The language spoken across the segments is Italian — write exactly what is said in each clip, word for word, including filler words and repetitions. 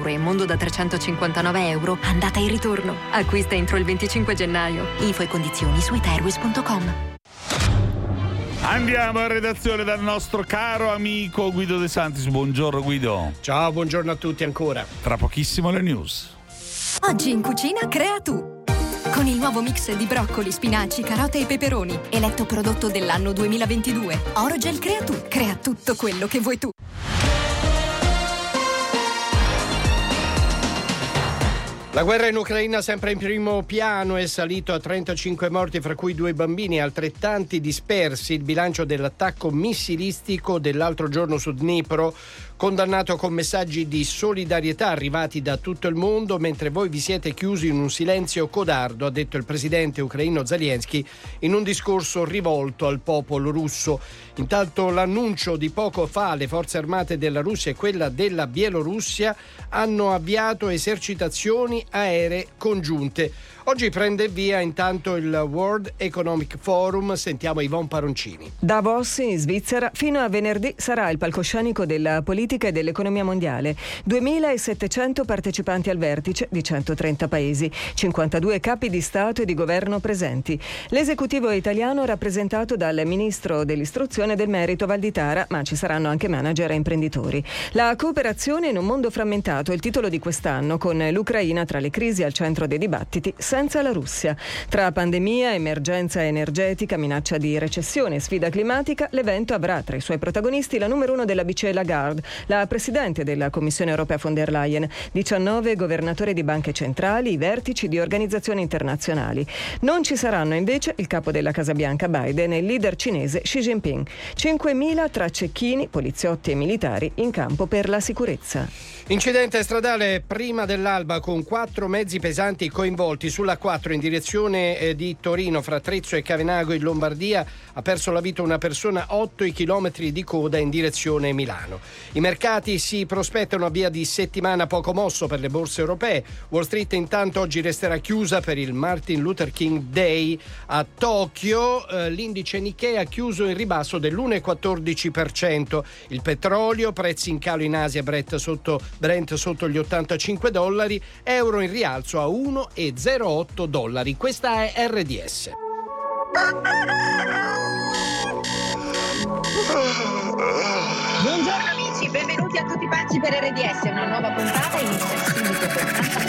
euro e Mondo da trecentocinquantanove euro, andata e ritorno. Acquista entro il venticinque gennaio. Info e condizioni su itairways punto com. Andiamo a redazione dal nostro caro amico Guido De Santis. Buongiorno Guido. Ciao, buongiorno a tutti ancora. Tra pochissimo le news. Oggi in cucina crea tu. Con il nuovo mix di broccoli, spinaci, carote e peperoni, eletto prodotto dell'anno duemilaventidue. Orogel Crea tu. Crea tutto quello che vuoi tu. La guerra in Ucraina sempre in primo piano, è salito a trentacinque morti, fra cui due bambini e altrettanti dispersi. Il bilancio dell'attacco missilistico dell'altro giorno su Dnipro, condannato con messaggi di solidarietà arrivati da tutto il mondo, mentre voi vi siete chiusi in un silenzio codardo, ha detto il presidente ucraino Zelensky in un discorso rivolto al popolo russo. Intanto l'annuncio di poco fa, le forze armate della Russia e quella della Bielorussia hanno avviato esercitazioni aeree congiunte. Oggi prende via intanto il World Economic Forum. Sentiamo Yvonne Paroncini. Davos in Svizzera fino a venerdì sarà il palcoscenico della politica e dell'economia mondiale. duemilasettecento partecipanti al vertice di centotrenta paesi, cinquantadue capi di Stato e di governo presenti. L'esecutivo italiano rappresentato dal ministro dell'istruzione e del merito Valditara, ma ci saranno anche manager e imprenditori. La cooperazione in un mondo frammentato è il titolo di quest'anno, con l'Ucraina tra le crisi al centro dei dibattiti, senza la Russia. Tra pandemia, emergenza energetica, minaccia di recessione e sfida climatica, l'evento avrà tra i suoi protagonisti la numero uno della B C E Lagarde, la presidente della Commissione europea von der Leyen, diciannove governatori di banche centrali, i vertici di organizzazioni internazionali. Non ci saranno invece il capo della Casa Bianca Biden e il leader cinese Xi Jinping. cinquemila tra cecchini, poliziotti e militari in campo per la sicurezza. Incidente stradale prima dell'alba con quattro mezzi pesanti coinvolti sulla quattro in direzione eh, di Torino, fra Trezzo e Cavenago in Lombardia. Ha perso la vita una persona, otto i chilometri di coda in direzione Milano. I mercati si prospettano a via di settimana poco mosso per le borse europee. Wall Street intanto oggi resterà chiusa per il Martin Luther King Day a Tokyo. Eh, l'indice Nikkei ha chiuso in ribasso dell'uno virgola quattordici per cento. Il petrolio, prezzi in calo in Asia, Brent sotto Brent sotto gli ottantacinque dollari, euro in rialzo a uno virgola zero otto dollari. Questa è R D S. Buongiorno amici, benvenuti a tutti pazzi per R D S, una nuova puntata inizia subito con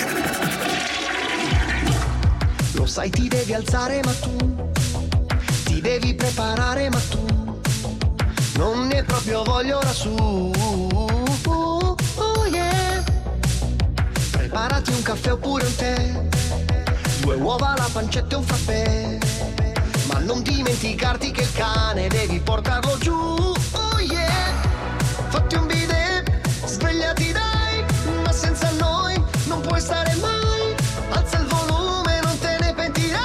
Lo sai, ti devi alzare ma tu ti devi preparare ma tu non ne proprio voglio ora su. Oh yeah. Preparati un caffè oppure un tè, due uova, la pancetta e un frappè, ma non dimenticarti che il cane devi portarlo giù. Oh yeah. Fatti un bidet, svegliati dai, ma senza noi non puoi stare mai. Alza il volume, non te ne pentirai.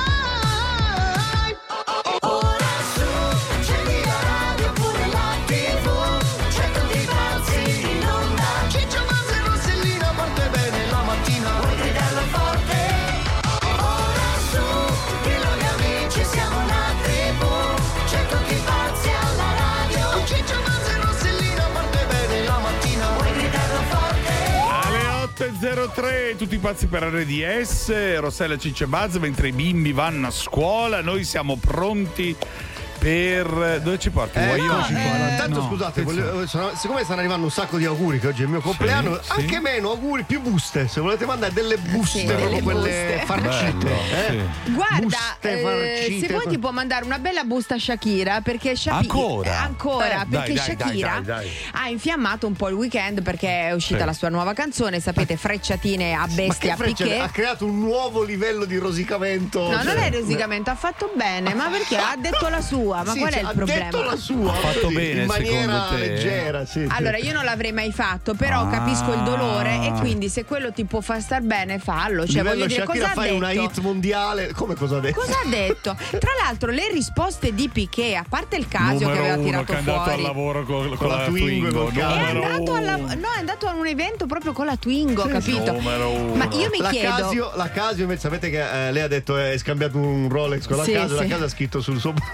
Ora su, accendi la radio pure la tivù, c'è tutti pazzi in onda. Ciccio, Mazza e Rossellina, parte bene la mattina, vuoi gridarlo forte? Ora su, dillo agli amici, siamo una tribù, c'è tutti pazzi alla radio. Ciccio, Mazza e Rossellina, parte bene la mattina, vuoi gridarlo forte? Alle otto e zero tre, tutti pazzi per R D S, Rossella, Ciccio e Buzz, mentre i bimbi vanno a scuola, noi siamo pronti per... Dove ci porti? Eh, Vuoi no, io? eh, tanto No, scusate, penso- voglio- sono- siccome stanno arrivando un sacco di auguri, che oggi è il mio compleanno, sì. anche meno auguri, più buste. Se volete mandare delle buste, Sì, proprio delle quelle buste. farcite. Bello, eh. sì. Guarda, Buste eh, farcite. se vuoi ti può mandare una bella busta a Shakira, perché Shapi- Ancora? eh, ancora Eh, perché dai, dai, Shakira dai, dai, dai. ha infiammato un po' il weekend perché è uscita Sì. la sua nuova canzone, sapete, frecciatine a Ma che bestia freccia, Piqué. ha creato un nuovo livello di rosicamento. No, cioè- non è rosicamento, ha fatto bene, ma perché ha detto la sua, ma Sì, qual è cioè, il ha problema? detto la sua, Ha fatto così, bene, in maniera secondo te? leggera, sì. Allora, io non l'avrei mai fatto, però Ah. capisco il dolore e quindi se quello ti può far star bene, fallo. Cioè, Livello voglio dire, Shakira, cosa ha fai detto? una hit mondiale. Come cosa ha detto? Cosa ha detto? Tra l'altro, le risposte di Piqué, a parte il Casio che Numero aveva uno, tirato che è andato fuori, al lavoro con, con, Con la la Twingo, Twingo, col è numero andato, alla- uno. no, è andato a un evento proprio con la Twingo, capito? Numero uno. Ma io mi La chiedo. Casio, la Casio invece sapete che eh, lei ha detto eh, hai scambiato un Rolex con la Sì, Casio, sì. la Casio ha scritto sul suo profilo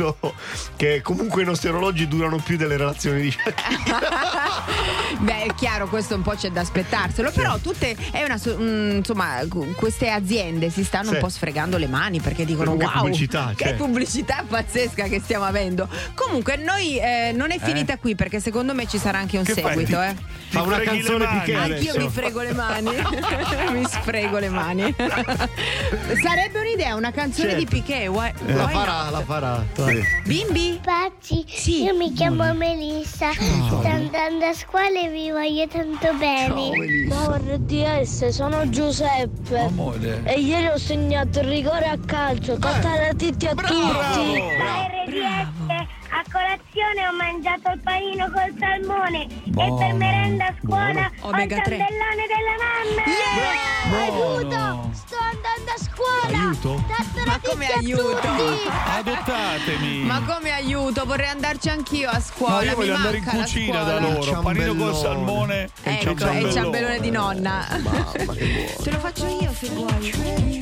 detto che comunque i nostri orologi durano più delle relazioni di Shakira. Beh, è chiaro, questo un po' c'è da aspettarselo, sì. Però tutte è una so- mh, insomma, queste aziende si stanno sì. un po' sfregando le mani perché dicono che wow, pubblicità, che cioè. pubblicità pazzesca che stiamo avendo. Comunque noi eh, non è finita eh? qui, perché secondo me ci sarà anche un che seguito, fai? eh. Ti, Fa ti una canzone di che Anch'io adesso? mi frego le mani. Mi sfrego le mani. Sarebbe un'idea, una canzone Certo. di Piqué. Why, Eh, la why farà, not? la farà. Vai. Bimbi? Pazzi, Sì. io mi chiamo Melissa, sto andando a scuola e vi voglio tanto bene. Ciao R D S, sono Giuseppe. Amore. E ieri ho segnato il rigore a calcio, tattaratitti a tutti. Da R D S a colazione ho mangiato il panino col salmone e per merenda a scuola ho il Omega tre. candellone della mamma. Aiuto! Sto andando a scuola! Aiuto? Ma come aiuto? Adottatemi. Ma come aiuto? Vorrei andarci anch'io a scuola. No, io mi voglio andare in manca la cucina scuola. da loro. Panino col ciambellone. salmone e il Ecco, e il ciambellone. ciambellone di nonna. Mamma che buono. Te lo faccio io se vuoi.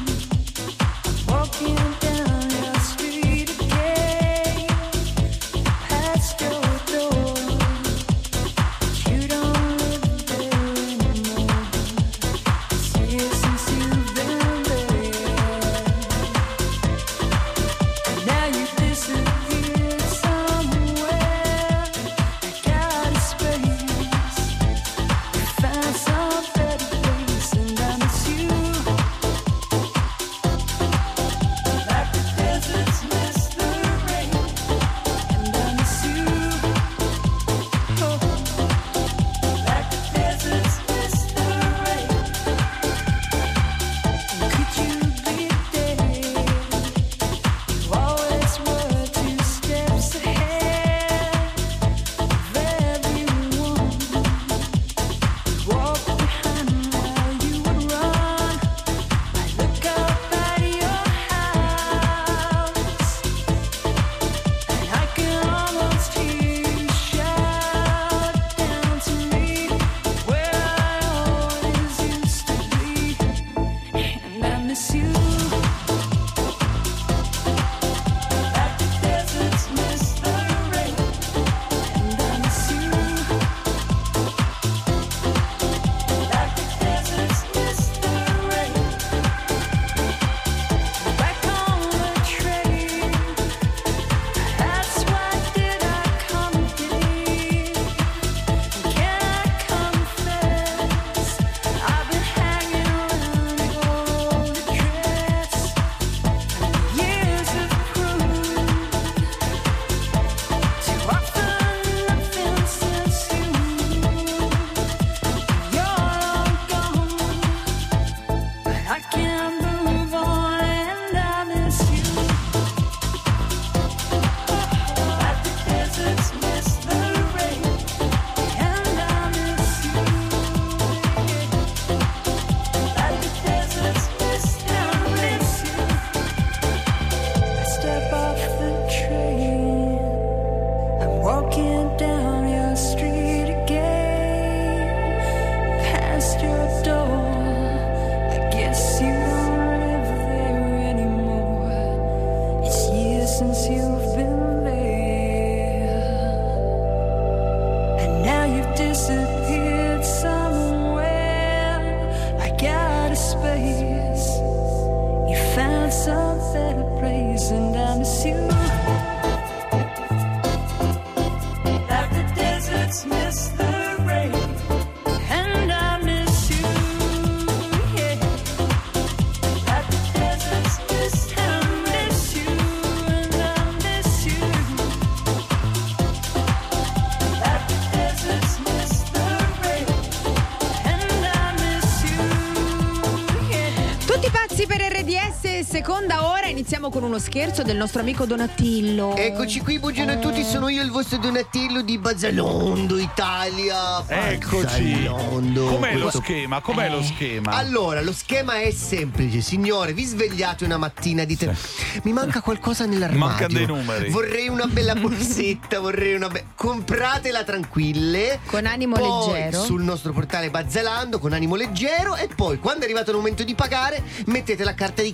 Seconda ora, iniziamo con uno scherzo del nostro amico Donatillo. Eccoci qui, buongiorno a tutti, sono io il vostro Donatillo di Bazzalondo, Italia. Eccoci. Bazzalondo. Com'è lo Questo- schema? Com'è lo schema? Allora, lo schema è semplice, signore. Vi svegliate una mattina e dite: mi manca qualcosa nell'armadio. Mancano dei numeri. Vorrei una bella borsetta, vorrei una bella. Compratela tranquille. Con animo poi, leggero. Sul nostro portale Bazzalando con animo leggero. E poi, quando è arrivato il momento di pagare, mettete la carta di credito del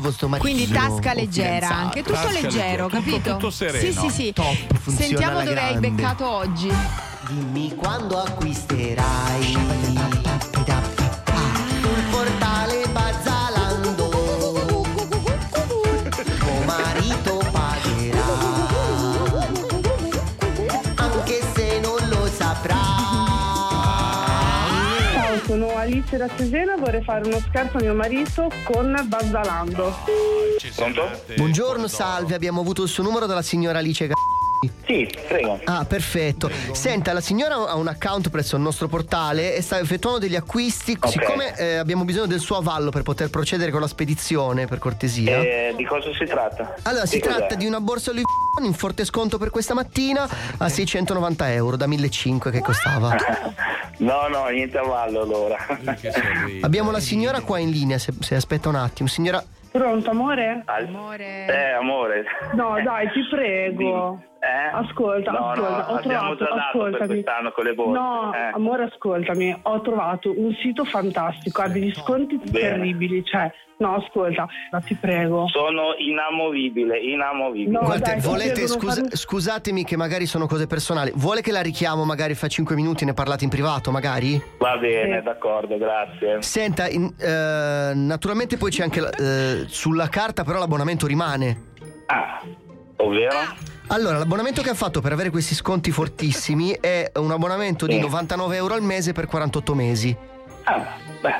vostro marito. Quindi tasca o leggera, fidanzato. anche tutto Tasca leggero, leggera, capito? tutto- tutto sereno. Sì, sì, sì. Top, funziona Sentiamo alla dove hai grande. beccato oggi. Dimmi quando acquisterai sul portale Bazzalando. Tuo marito pagherà, anche se non lo saprà. Ciao, sono Alice da Cesena, vorrei fare uno scherzo a mio marito con Bazzalando. Pronto? Buongiorno, salve, abbiamo avuto il suo numero dalla signora Alice. Sì, prego. Ah, perfetto. Senta, la signora ha un account presso il nostro portale e sta effettuando degli acquisti. Ok. Siccome eh, abbiamo bisogno del suo avallo per poter procedere con la spedizione, per cortesia. Eh, di cosa si tratta? Allora, si Di cos'è? tratta di una borsa Louis Vuitton in forte sconto per questa mattina a seicentonovanta euro da millecinquecento che costava. No, no, niente a vallo allora. Abbiamo la signora qua in linea, se, se aspetta un attimo. Signora, Pronto, amore? Amore. Eh, amore. No, dai, ti prego. Eh? Ascolta, No, ascolta, no, ho abbiamo trovato, già dato per ascoltami. quest'anno con le borse. No, eh. amore, ascoltami, ho trovato un sito fantastico, ha degli sconti Bene. terribili, cioè, no, ascolta, ma ti prego. Sono inamovibile, inamovibile. No, guarda, dai, ti volete, chiedo, non scusa- farmi- scusatemi che magari sono cose personali. Vuole che la richiamo magari fra cinque minuti e ne parlate in privato, magari? Va bene, Sì. d'accordo, grazie. Senta, in- eh, naturalmente poi c'è anche la- eh, sulla carta, però l'abbonamento rimane. Ah, ovvero? Allora, l'abbonamento che ha fatto per avere questi sconti fortissimi è un abbonamento di Sì. novantanove euro al mese per quarantotto mesi. Ah, beh,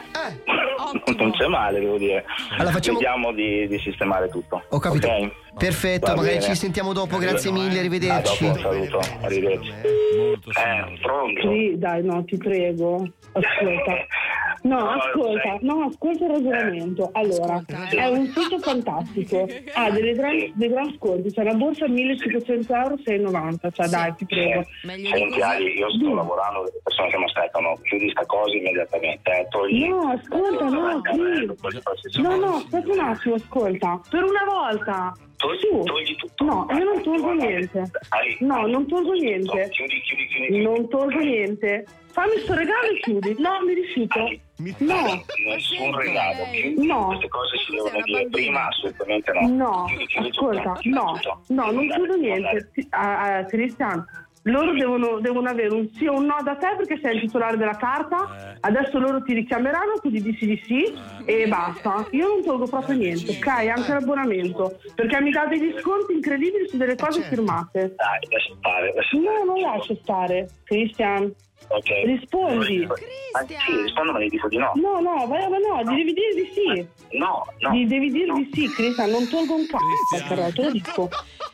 non c'è male, devo dire. Allora, facciamo- Vediamo di, di sistemare tutto. Ho capito. Ok? Perfetto, Va magari bene. ci sentiamo dopo, grazie mille, arrivederci. A dopo, saluto, arrivederci. Molto Eh, pronto? Sì, dai, no, ti prego. Ascolta. No, No, ascolta, sei- no, ascolta il ragionamento. Allora, è un sito fantastico, ha delle gran, dei gran sconti, c'è la borsa millecinquecento euro, sei e novanta, cioè dai, ti prego. Meglio di Senti così. Ali, io sto lavorando, le persone che mi aspettano, chiudi sta cosa immediatamente, eh, togli. No, ascolta, no, Chris. No, no, aspetta un attimo, ascolta. Per una volta. Togli, Su. togli tutto. No, io non tolgo niente. Ali, No, non tolgo niente. Chiudi, chiudi, chiudi. chiudi. Non tolgo niente. Fammi sto regalo e chiudi. No, mi rifiuto. Ali, No, nessun regalo. Chiudi. No. Queste cose si devono una dire bambina. prima, assolutamente no. no, Chiudi, chiudi ascolta, tutto, no, tutto. no, non chiudo Andare, niente. andare. Sì, ah, ah, Cristian, loro devono, devono avere un sì o un no da te perché sei il titolare della carta. Adesso loro ti richiameranno, tu gli dici di sì e basta. Io non tolgo proprio niente, ok? Anche l'abbonamento. Perché mi dà degli sconti incredibili su delle cose firmate. Dai, lascia stare, lascia No, non lascio stare, Cristian. Ok. Rispondi. Ah, sì, rispondo ma gli dico di no. No, no, vai, vai, no, gli devi dire di sì. No, no. Gli devi dire no. di sì, Cristian, non tolgo un cazzo, però te lo dico.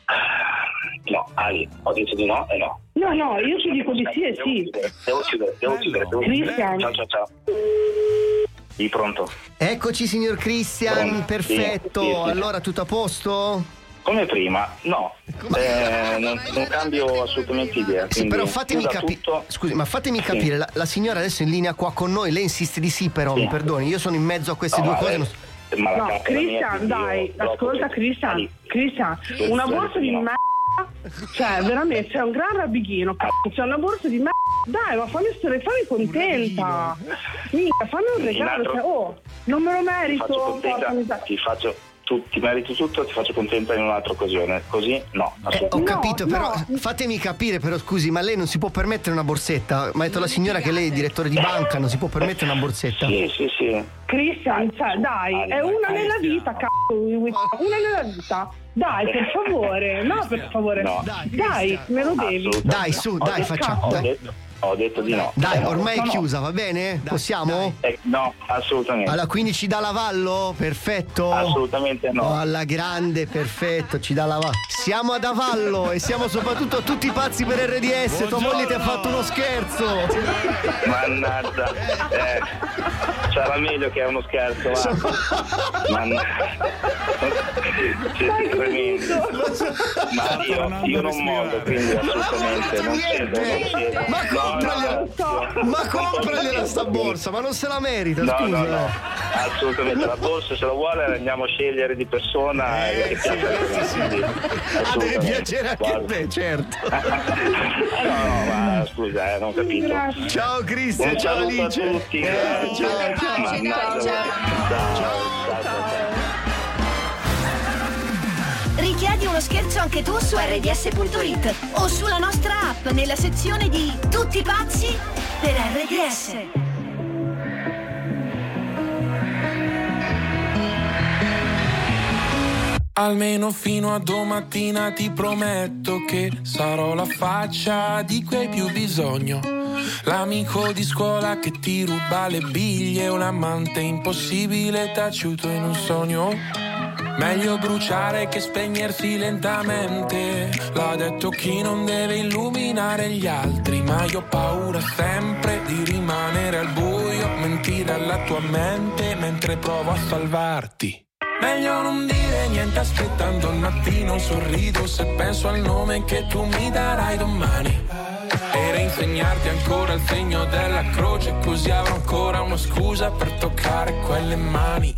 No, Ali, ho detto di no e no. No, no, io ti dico di sì e Devo sì. chiudere, devo chiudere, devo chiudere, devo chiudere. Cristian. Ciao, ciao, ciao. Sì, pronto. Eccoci, signor Christian, Pronto? perfetto. Sì, sì, sì. Allora, tutto a posto? Come prima? No. Eh, non, non cambio assolutamente idea. Sì, quindi però fatemi chiuda capire. tutto. Scusi, ma fatemi Sì. capire, la, la signora adesso è in linea qua con noi, lei insiste di sì, però Sì. mi perdoni, io sono in mezzo a queste No, due ma cose. lei- non- ma la No, carta è la mia, Cristian, quindi io dai, blocco ascolta tutto. Cristian, Ali, Cristian, una borsa di merda, cioè veramente, c'è un gran rabbighino, cazzo, c'è una borsa di merda, dai, ma fammi stare, fammi contenta, mica, fammi un regalo, altro- cioè, oh, non me lo ti faccio merito, porca contenta, miseria. ti faccio tu, ti meriti tutto, ti faccio contenta in un'altra occasione. Così no, Eh, assolutamente. ho No, capito, però no. fatemi capire, però scusi, ma lei non si può permettere una borsetta? Mi ha detto la signora che lei è direttore di banca, non si può permettere una borsetta? Sì, sì, sì. Cristian, cioè, dai, è una nella vita, cazzo, una nella vita. Dai, per favore, no, per favore. No. Dai, me lo devi. Assolutamente. Dai, su, Ho dai, detto- facciamo, Ho dai. detto, ho detto di no. Dai, Eh, ormai no, è no. chiusa, va bene? Possiamo? Eh, no, assolutamente. Allora, quindi ci dà l'avallo? Perfetto. Assolutamente no. Oh, alla grande, perfetto, ci dà l'avallo. Siamo ad avallo e siamo soprattutto tutti pazzi per R D S. Tua moglie ti ha fatto uno scherzo. Mannaggia. Eh, sarà meglio che è uno scherzo, va. Mannaggia. Siete tremendo. Ma io, io non mollo, quindi assolutamente non cedo, non cedo. Ma No, compragliela, no, ma compragliela sta borsa, ma non se la merita, No, scusa. no, no, assolutamente. La borsa se la vuole la andiamo a scegliere di persona e che piace a sì, quindi, Ah, deve assolutamente. piacere anche a Guarda. me, certo. No, no, ma scusa, eh, non ho capito. Ciao Cristian, Un ciao saluto a Alice. tutti. Eh, ciao, ciao. Mannaggia. ciao. Ciao, ciao, ciao. scherzo anche tu su erre di esse punto it o sulla nostra app nella sezione di Tutti pazzi per erre di esse. Almeno fino a domattina ti prometto che sarò la faccia di cui hai più bisogno. L'amico di scuola che ti ruba le biglie, un amante impossibile taciuto in un sogno. Meglio bruciare che spegnersi lentamente, l'ha detto chi non deve illuminare gli altri. Ma io ho paura sempre di rimanere al buio, mentire alla tua mente mentre provo a salvarti. Meglio non dire niente aspettando il mattino, sorrido se penso al nome che tu mi darai domani. E reinsegnarti ancora il segno della croce, così avrò ancora una scusa per toccare quelle mani.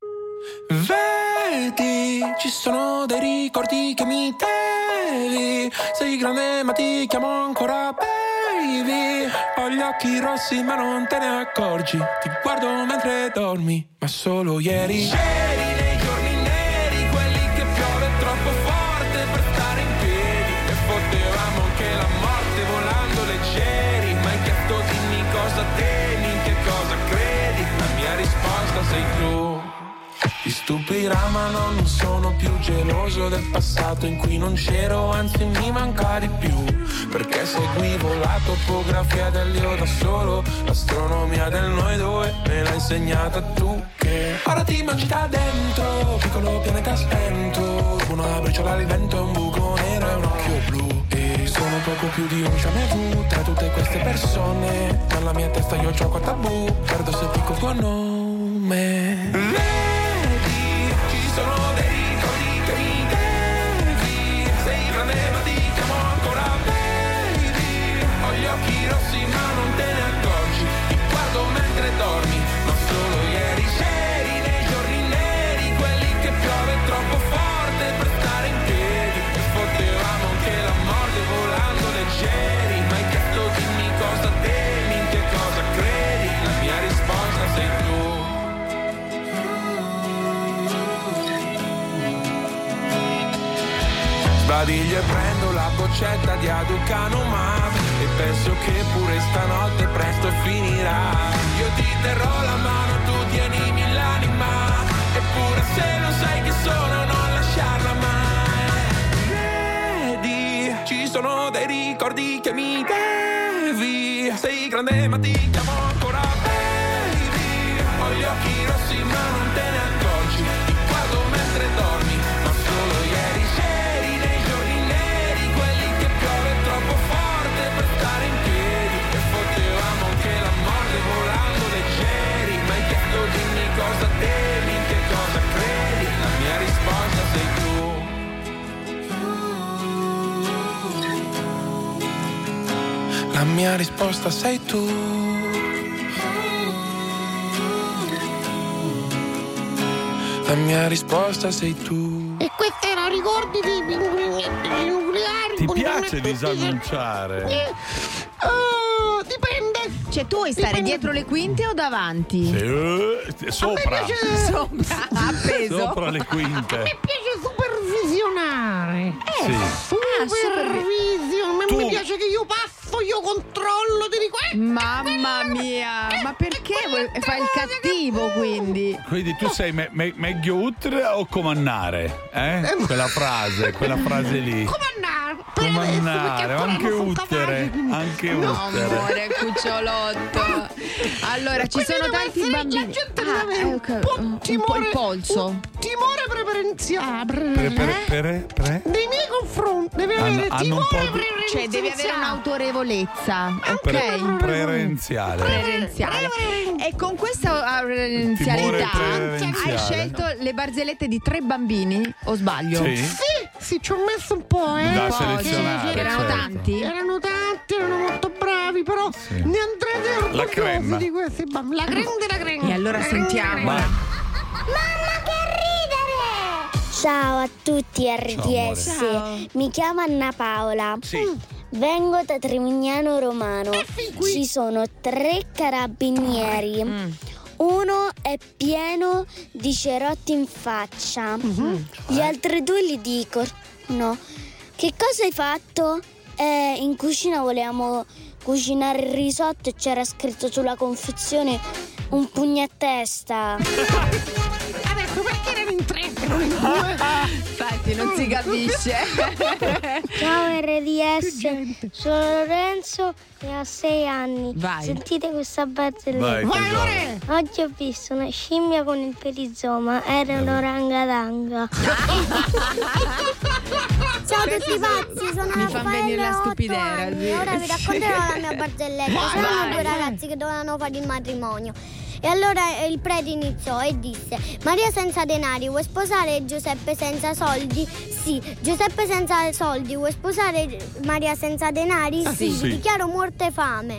Vedi, ci sono dei ricordi che mi devi. Sei grande ma ti chiamo ancora baby. Ho gli occhi rossi ma non te ne accorgi. Ti guardo mentre dormi, ma solo ieri. C'eri nei giorni neri, quelli che piove troppo forte per stare in piedi. E potevamo anche la morte volando leggeri. Ma hai chiesto dimmi cosa temi, in che cosa credi. La mia risposta sei tu. Ti stupirà ma no, non sono più geloso del passato in cui non c'ero, anzi mi manca di più. Perché seguivo la topografia dell'io da solo, l'astronomia del noi due me l'hai insegnata tu. Che ora ti mangi da dentro, piccolo pianeta spento. Una briciola al vento e un buco nero e un occhio blu. E sono poco più di un jamais vu tra tutte queste persone. Nella mia testa io gioco a tabù, perdo se dico il tuo nome. Sono dei ricordi che mi devi. Sei grande ma ti chiamo ancora baby. Ho gli occhi rossi ma non te ne accorgi. Ti guardo mentre dormi, ma solo ieri. C'eri nei giorni neri, quelli che piove troppo forte per stare in piedi. E potevamo anche la morte volando leggeri. Ma hai chiesto dimmi cosa temi, in che cosa credi. La mia risposta sei tu. Sbadiglio e prendo la boccetta di Aducanumab e penso che pure stanotte presto finirà. Io ti terrò la mano, tu tienimi l'anima, eppure se non sai chi sono non lasciarla mai. Vedi, ci sono dei ricordi che mi devi. Sei grande ma ti chiamo ancora baby. Ho gli occhi rossi ma non te ne accorgi. Ti guardo mentre dormi, ma solo ieri. Dimmi cosa temi, in che cosa credi. La mia risposta sei tu. La mia risposta sei tu. La mia risposta sei tu. E questa era ricordi di nucleari. Ti piace disannunciare? Eh, uh, dipende. Cioè tu vuoi stare Dipende. dietro le quinte o davanti? Sì, eh, sopra. Sopra, appeso. Sopra le quinte. A me piace supervisionare. Eh, Sì. Supervision. Ma Tu- mi piace che io passo, io controllo, ti dico. Eh, Mamma mia, ma perché vuoi- fai il cattivo quindi? Quindi tu sei me- me- meglio utile o comandare? Eh? Quella frase, quella frase lì. comandare. Per adesso, perché Comandare, ancora anche non sono utile, capace, quindi- anche No, utile. Amore, cucciolotto. Allora, ci Quindi sono deve tanti essere- bambini. La gente deve Ah, avere eh, un ok. po' Un po' timore, il polso. un timore preferenziale. Per, per, per, per? Nei miei confronti deve Hanno- avere hanno un timore po' di- preferenziale. Cioè, devi avere un'autorevolezza, ok? Pre- preferenziale. Preferenziale. E con questa preferenzialità preferenziale. hai scelto le barzellette di tre bambini, o sbaglio? Sì. Sì, sì, ci ho messo un po', eh. Da Un po', selezionare, sì, sì, Erano certo. tanti? Erano tanti, erano molto bravi, però Sì. ne andrete La orgogliosi crema. di questi bambini. La crema della crema. E allora La crema sentiamo. della crema. Mamma che ridere! Ciao a tutti R D S, Ciao. mi chiamo Anna Paola. Sì. Vengo da Trevignano Romano. fin qui. Ci sono tre carabinieri. Mm. Uno è pieno di cerotti in faccia. Mhm. Gli altri due gli dicono: che cosa hai fatto? Eh, in cucina volevamo cucinare il risotto e c'era scritto sulla confezione un pugno a testa. Ha detto perché erano in tre, erano in due. Infatti non si capisce. Ciao R D S, sono Lorenzo e ho sei anni. Vai. Sentite questa barzelletta. Vai, Vai, tesoro. Lore! Oggi ho visto una scimmia con il perizoma, era un'orangatanga. Ciao a tutti pazzi, sono Mi fa venire la stupidera, sì. Ora vi racconterò la mia barzelletta. Vai, C'erano vai. due ragazzi che dovevano fare il matrimonio. E allora il prete iniziò e disse: Maria senza denari, vuoi sposare Giuseppe senza soldi? Sì. Giuseppe senza soldi, vuoi sposare Maria senza denari? Ah, sì. sì. Dichiaro morte e fame.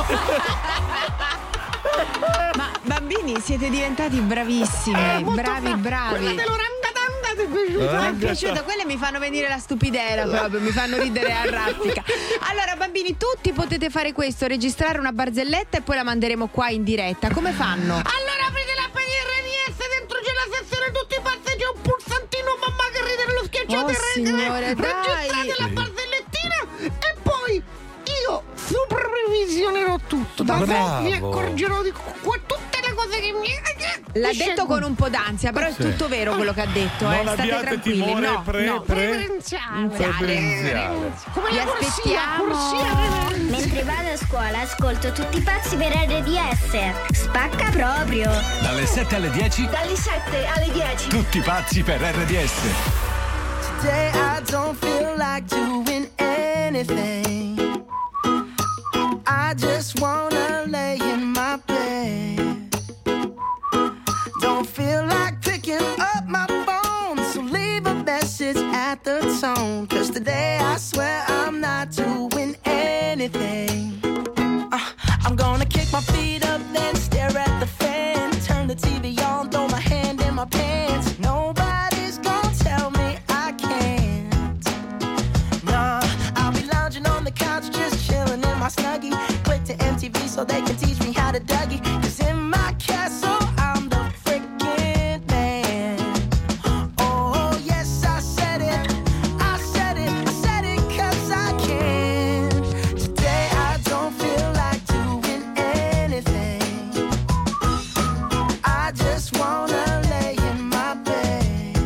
Ma bambini, siete diventati bravissimi. bravi, bravi. Ti è piaciuta? Mi è piaciuta, quelle mi fanno venire la stupidera proprio, mi fanno ridere a raffica. Allora bambini, tutti potete fare questo, registrare una barzelletta e poi la manderemo qua in diretta. Come fanno? Allora aprite l'app di R D S, dentro c'è la sezione tutti pazzi, c'è un pulsantino, mamma che ridere, lo schiacciate, Oh, signore, dai. registrate la barzellettina e poi io supervisionerò tutto. Da Bravo. me mi accorgerò di que- tutte le cose che mi... L'ha mi detto scelgo. con un po' d'ansia, però è Sì. tutto vero quello che ha detto. Non eh. State abbiate tranquilli. timore, no, pre- no. pre- Reverenziale. Reverenziale. Come Vi la corsia, aspettiamo. corsia reverenziale. Mentre vado a scuola ascolto tutti pazzi per R D S. Spacca proprio. Dalle sette alle dieci, Dalle sette alle dieci. tutti pazzi per R D S. Today I don't feel like doing anything. I just wanna lay in my bed. Don't feel like picking up my phone, so leave a message at the tone. Cause today I swear I'm not doing anything. Uh, I'm gonna kick my feet up, then stare at the fan. Turn the T V on, throw my hand in my pants. Nobody's gonna tell me I can't. Nah, I'll be lounging on the couch, just chilling in my Snuggie. Click to M T V so they can teach me how to Dougie. Cause in my castle, I'm the freaking man. Oh, yes, I said it. I said it. I said it cause I can. Today I don't feel like doing anything. I just wanna lay in my bed.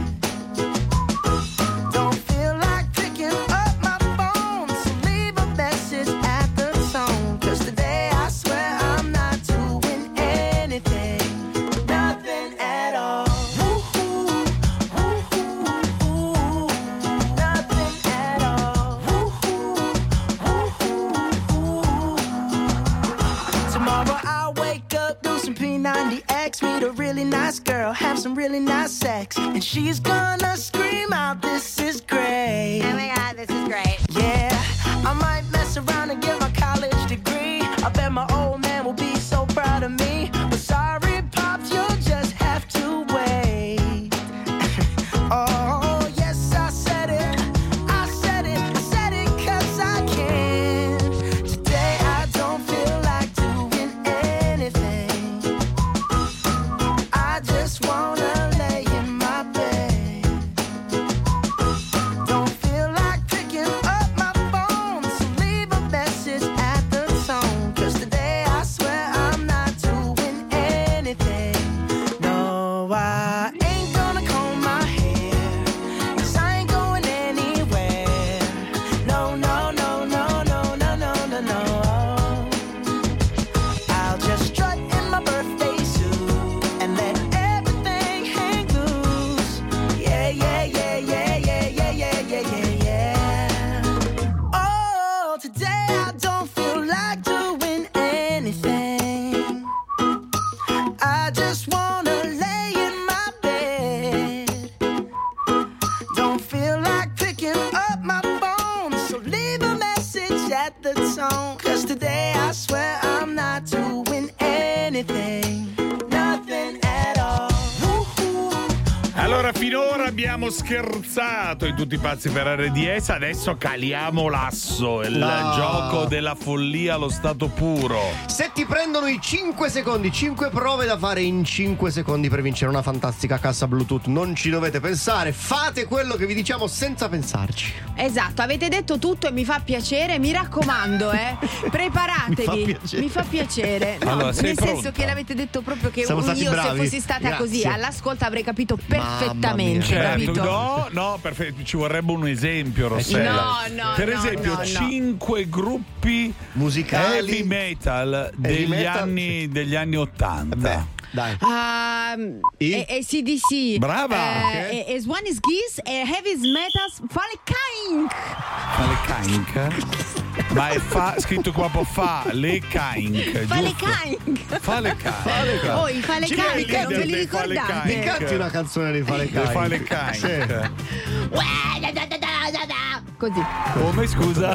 Don't feel like picking up my phone, so leave a message at the tone. Cause today I swear I'm not doing anything. Nothing at all. Woo-hoo, woo-hoo, woo-hoo. Nothing at all. Woo-hoo, woo-hoo, woo-hoo. Tomorrow I'll wake up, do some P ninety X, meet a really nice girl, have some really nice sex, and she's gonna scream out, this is great. Oh my god, this is great. Yeah, I might mess around and get my college degree. I bet my old man will be so proud of me. But sorry, Pops, you'll just have to wait. Oh, yes, I said it. I said it. I said it cause I can. Today I don't feel like doing anything. I just wanna lay in my bed. Don't feel like picking up my phone, so leave a message at the tone. Cause today I swear I'm not doing anything. No, I ain't gonna comb my hair, cause I ain't going anywhere. No, no, no, no, no, no, no, no, no. I'll just strut in my birthday suit and let everything hang loose. Yeah, yeah, yeah, yeah, yeah, yeah, yeah, yeah, yeah, yeah. Oh, today I don't feel like doing anything. I just wanna lay in my bed. Don't feel like picking up my phone, so leave a message at the tone. Cause today I swear I'm not doing anything. Nothing at all. Woo-hoo. Allora Allora, finora abbiamo scherzato in tutti i pazzi per R D S, adesso caliamo l'asso, il No. gioco della follia allo stato puro. Se ti prendono i cinque secondi, cinque prove da fare in cinque secondi per vincere una fantastica cassa Bluetooth, non ci dovete pensare, fate quello che vi diciamo senza pensarci. Esatto, avete detto tutto e mi fa piacere, mi raccomando, eh. Preparatevi. Mi fa piacere. Mi fa piacere. No, Allora, sei nel senso pronta? che l'avete detto proprio che Siamo stati io bravi. se fossi stata Grazie. così all'ascolto avrei capito perfettamente, mia. Certo, capito? no, no, perfetto, ci vorrebbe un esempio, Rossella. No, no, per no, esempio, no, no. cinque gruppi Musicali. heavy metal degli metal, anni degli anni ottanta. Beh, dai. Um, I? e, e C D C. Brava. Eh, e, e Swan is Geese e Heavy Metals Fale Kaink. Fale Kaink? Ma è fa, scritto qua po' fa le Kaink. Fale giusto? Kaink. Fale Kaink. Oh, i Fale Ci Kaink, viene non ve li dei Fale ricordate? Mi canti una canzone di Fale Le Kai? Fale Kaink. Così. Come, scusa?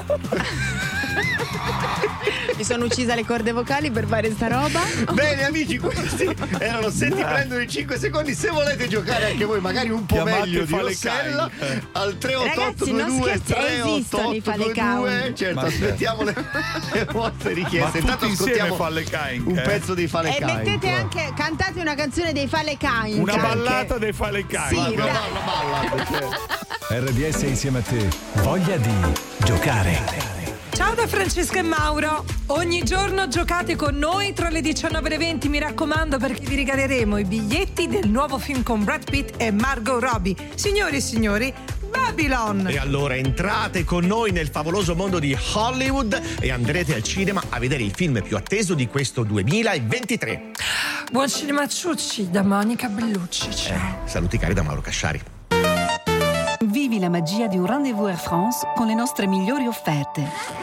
Mi sono uccisa le corde vocali per fare sta roba. Bene amici, questi erano Se ti prendono i cinque secondi. Se volete giocare anche voi magari un po' Chiamate meglio di Fale Rossella, Kaink. al tre otto otto Ragazzi, due non due scherzi- tre esistono otto i otto Fale due due. Kaink. Certo, Ma aspettiamo le, le vostre Ma richieste. Intanto tutti insieme ascoltiamo Fale Kaink. un eh? pezzo dei Fale E Kaink. mettete anche, cantate una canzone dei Fale Kaink. Una anche. ballata dei Fale Kaink. Sì, Una dai. balla, balla, certo. R D S insieme a te. Voglia di giocare. Ciao da Francesca e Mauro. Ogni giorno giocate con noi tra le diciannove e le venti, mi raccomando, perché vi regaleremo i biglietti del nuovo film con Brad Pitt e Margot Robbie. Signori e signori, Babylon. E allora entrate con noi nel favoloso mondo di Hollywood e andrete al cinema a vedere il film più atteso di questo duemilaventitré. Buon cinema ciucci da Monica Bellucci. Ciao. Saluti cari da Mauro Casciari. Vivi la magia di un rendezvous Air France con le nostre migliori offerte.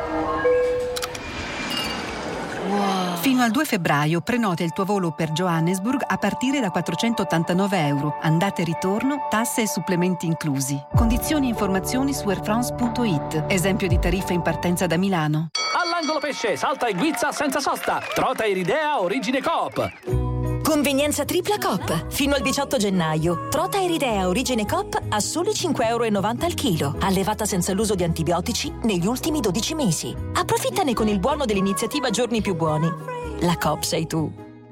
Fino al due febbraio prenota il tuo volo per Johannesburg a partire da quattrocentottantanove euro. Andata e ritorno, tasse e supplementi inclusi. Condizioni e informazioni su airfrance punto it. Esempio di tariffa in partenza da Milano. All'angolo pesce, salta e guizza senza sosta. Trota Iridea Origine Coop. Convenienza tripla Coop. Fino al diciotto gennaio. Trota Iridea Origine Coop a soli cinque virgola novanta euro al chilo. Allevata senza l'uso di antibiotici negli ultimi dodici mesi. Approfittane con il buono dell'iniziativa Giorni più buoni. La Coop sei tu.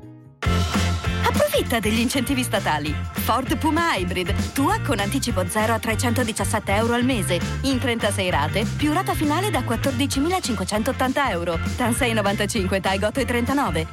Approfitta degli incentivi statali. Ford Puma Hybrid. Tua con anticipo zero a trecentodiciassette euro al mese. In trentasei rate, più rata finale da quattordicimilacinquecentottanta euro. T A N sei virgola novantacinque, T A I otto virgola trentanove.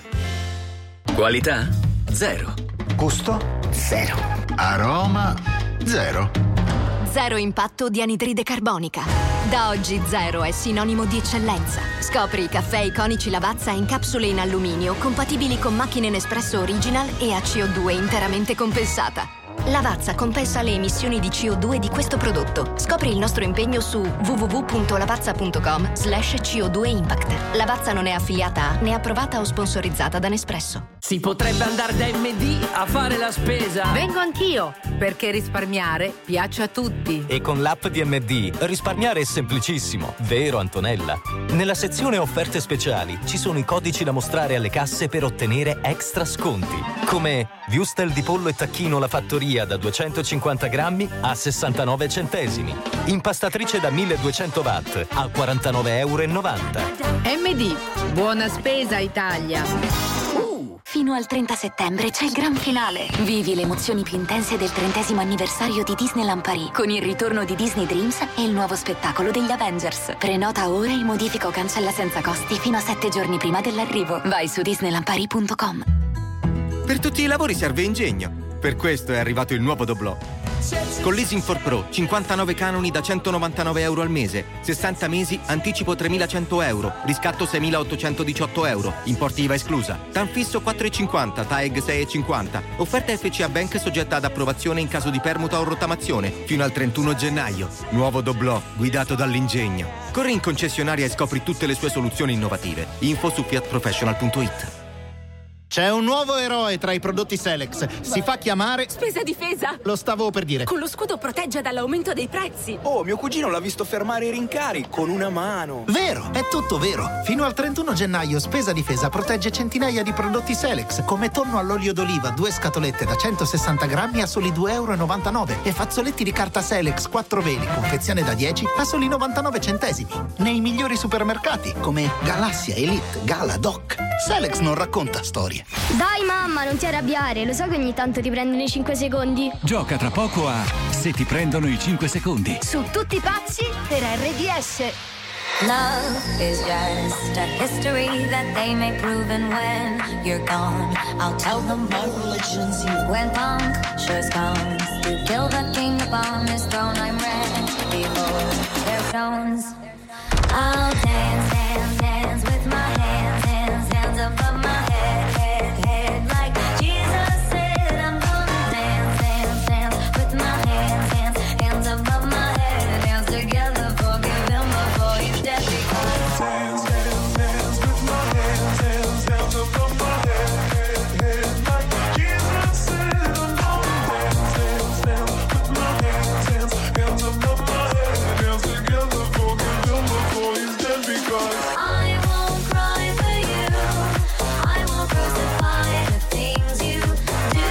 Qualità? Zero. Gusto? Zero. Aroma? Zero. Zero impatto di anidride carbonica. Da oggi zero è sinonimo di eccellenza. Scopri i caffè iconici Lavazza in capsule in alluminio compatibili con macchine Nespresso Original e a C O due interamente compensata. Lavazza compensa le emissioni di C O due di questo prodotto. Scopri il nostro impegno su w w w punto lavazza punto com slash C O due impact. Lavazza non è affiliata a né approvata o sponsorizzata da Nespresso. Si potrebbe andare da M D a fare la spesa. Vengo anch'io, perché risparmiare piace a tutti. E con l'app D M D risparmiare è semplicissimo, vero Antonella? Nella sezione offerte speciali ci sono i codici da mostrare alle casse per ottenere extra sconti, come Wurstel di pollo e tacchino La Fattoria da duecentocinquanta grammi a sessantanove centesimi, impastatrice da milleduecento watt a quarantanove virgola novanta euro. M D, buona spesa Italia. Fino al trenta settembre c'è il gran finale. Vivi le emozioni più intense del trentesimo anniversario di Disneyland Paris con il ritorno di Disney Dreams e il nuovo spettacolo degli Avengers. Prenota ora e modifica o cancella senza costi fino a sette giorni prima dell'arrivo. Vai su disneyland paris punto com. Per tutti i lavori serve ingegno. Per questo è arrivato il nuovo Doblò. Con Leasing for Pro, cinquantanove canoni da centonovantanove euro al mese, sessanta mesi, anticipo tremilacento euro, riscatto seimilaottocentodiciotto euro, importi I V A esclusa. Tan fisso quattro virgola cinquanta, T A E G sei virgola cinquanta. Offerta F C A Bank soggetta ad approvazione in caso di permuta o rottamazione, fino al trentuno gennaio. Nuovo Doblò, guidato dall'ingegno. Corri in concessionaria e scopri tutte le sue soluzioni innovative. Info su fiat professional punto it. C'è un nuovo eroe tra i prodotti Selex. Si fa chiamare... Spesa difesa! Lo stavo per dire. Con lo scudo protegge dall'aumento dei prezzi. Oh, mio cugino l'ha visto fermare i rincari con una mano. Vero, è tutto vero. Fino al trentuno gennaio Spesa difesa protegge centinaia di prodotti Selex, come tonno all'olio d'oliva, due scatolette da centosessanta grammi a soli due e novantanove euro e fazzoletti di carta Selex quattro veli, confezione da dieci a soli novantanove centesimi. Nei migliori supermercati come Galassia, Elite, Gala, Doc. Selex non racconta storie. Dai mamma, non ti arrabbiare, lo so che ogni tanto ti prendono i cinque secondi. Gioca tra poco a Se ti prendono i cinque secondi. Su Tutti pazzi per R D S. Love is just a history that they may prove, and when you're gone, I'll tell them my religion's you. When punctures comes to kill the king upon his throne, I'm ready for their stones. I'll dance, dance, dance with my hands, hands, hands above my head, head, head, like Jesus said. I'm gonna dance, dance, dance with my hands, hands, hands above my head, dance together, forgive him before he's dead. Because dance, dance, dance with my hands, hands, hands above my head, head, head, like Jesus said. I'm gonna dance, dance, dance with my hands, hands, hands above my head, dance together, forgive him before he's dead. Because I won't cry for you, I won't crucify the things you do.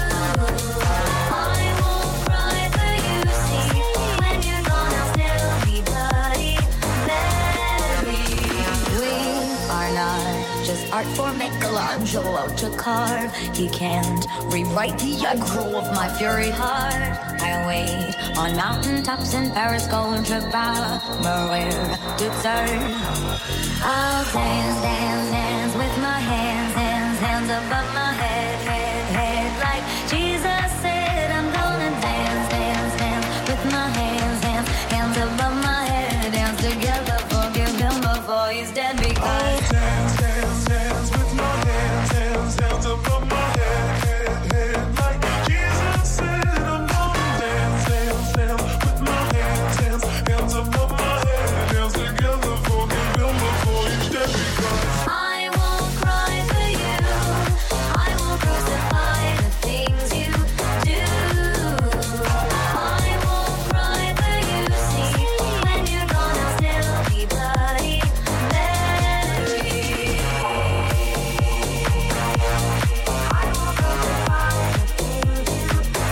I won't cry for you, see, when you're gone I'll still be bloody Mary. We are not just art for Michelangelo to carve. He can't rewrite the aggro of my fury heart. I wait on mountaintops in Paris, going to Maria to turn. I'll dance, dance, dance with my hands, hands, hands above my head, head, head, like Jesus said. I'm gonna dance, dance, dance with my hands, hands, hands above my head, dance together, forgive him before he's dead. Because I'll dance, dance, dance with my hands, hands, hands above my head, head, head, like Jesus said. I'm gonna dance, dance, dance with my hands, hands, hands above my head, dance together, forgive him before he's dead. Because I won't cry for you, I won't crucify the things you do. I won't cry for you, see, when you're gone I'll still be bloody Mary. I won't crucify the things you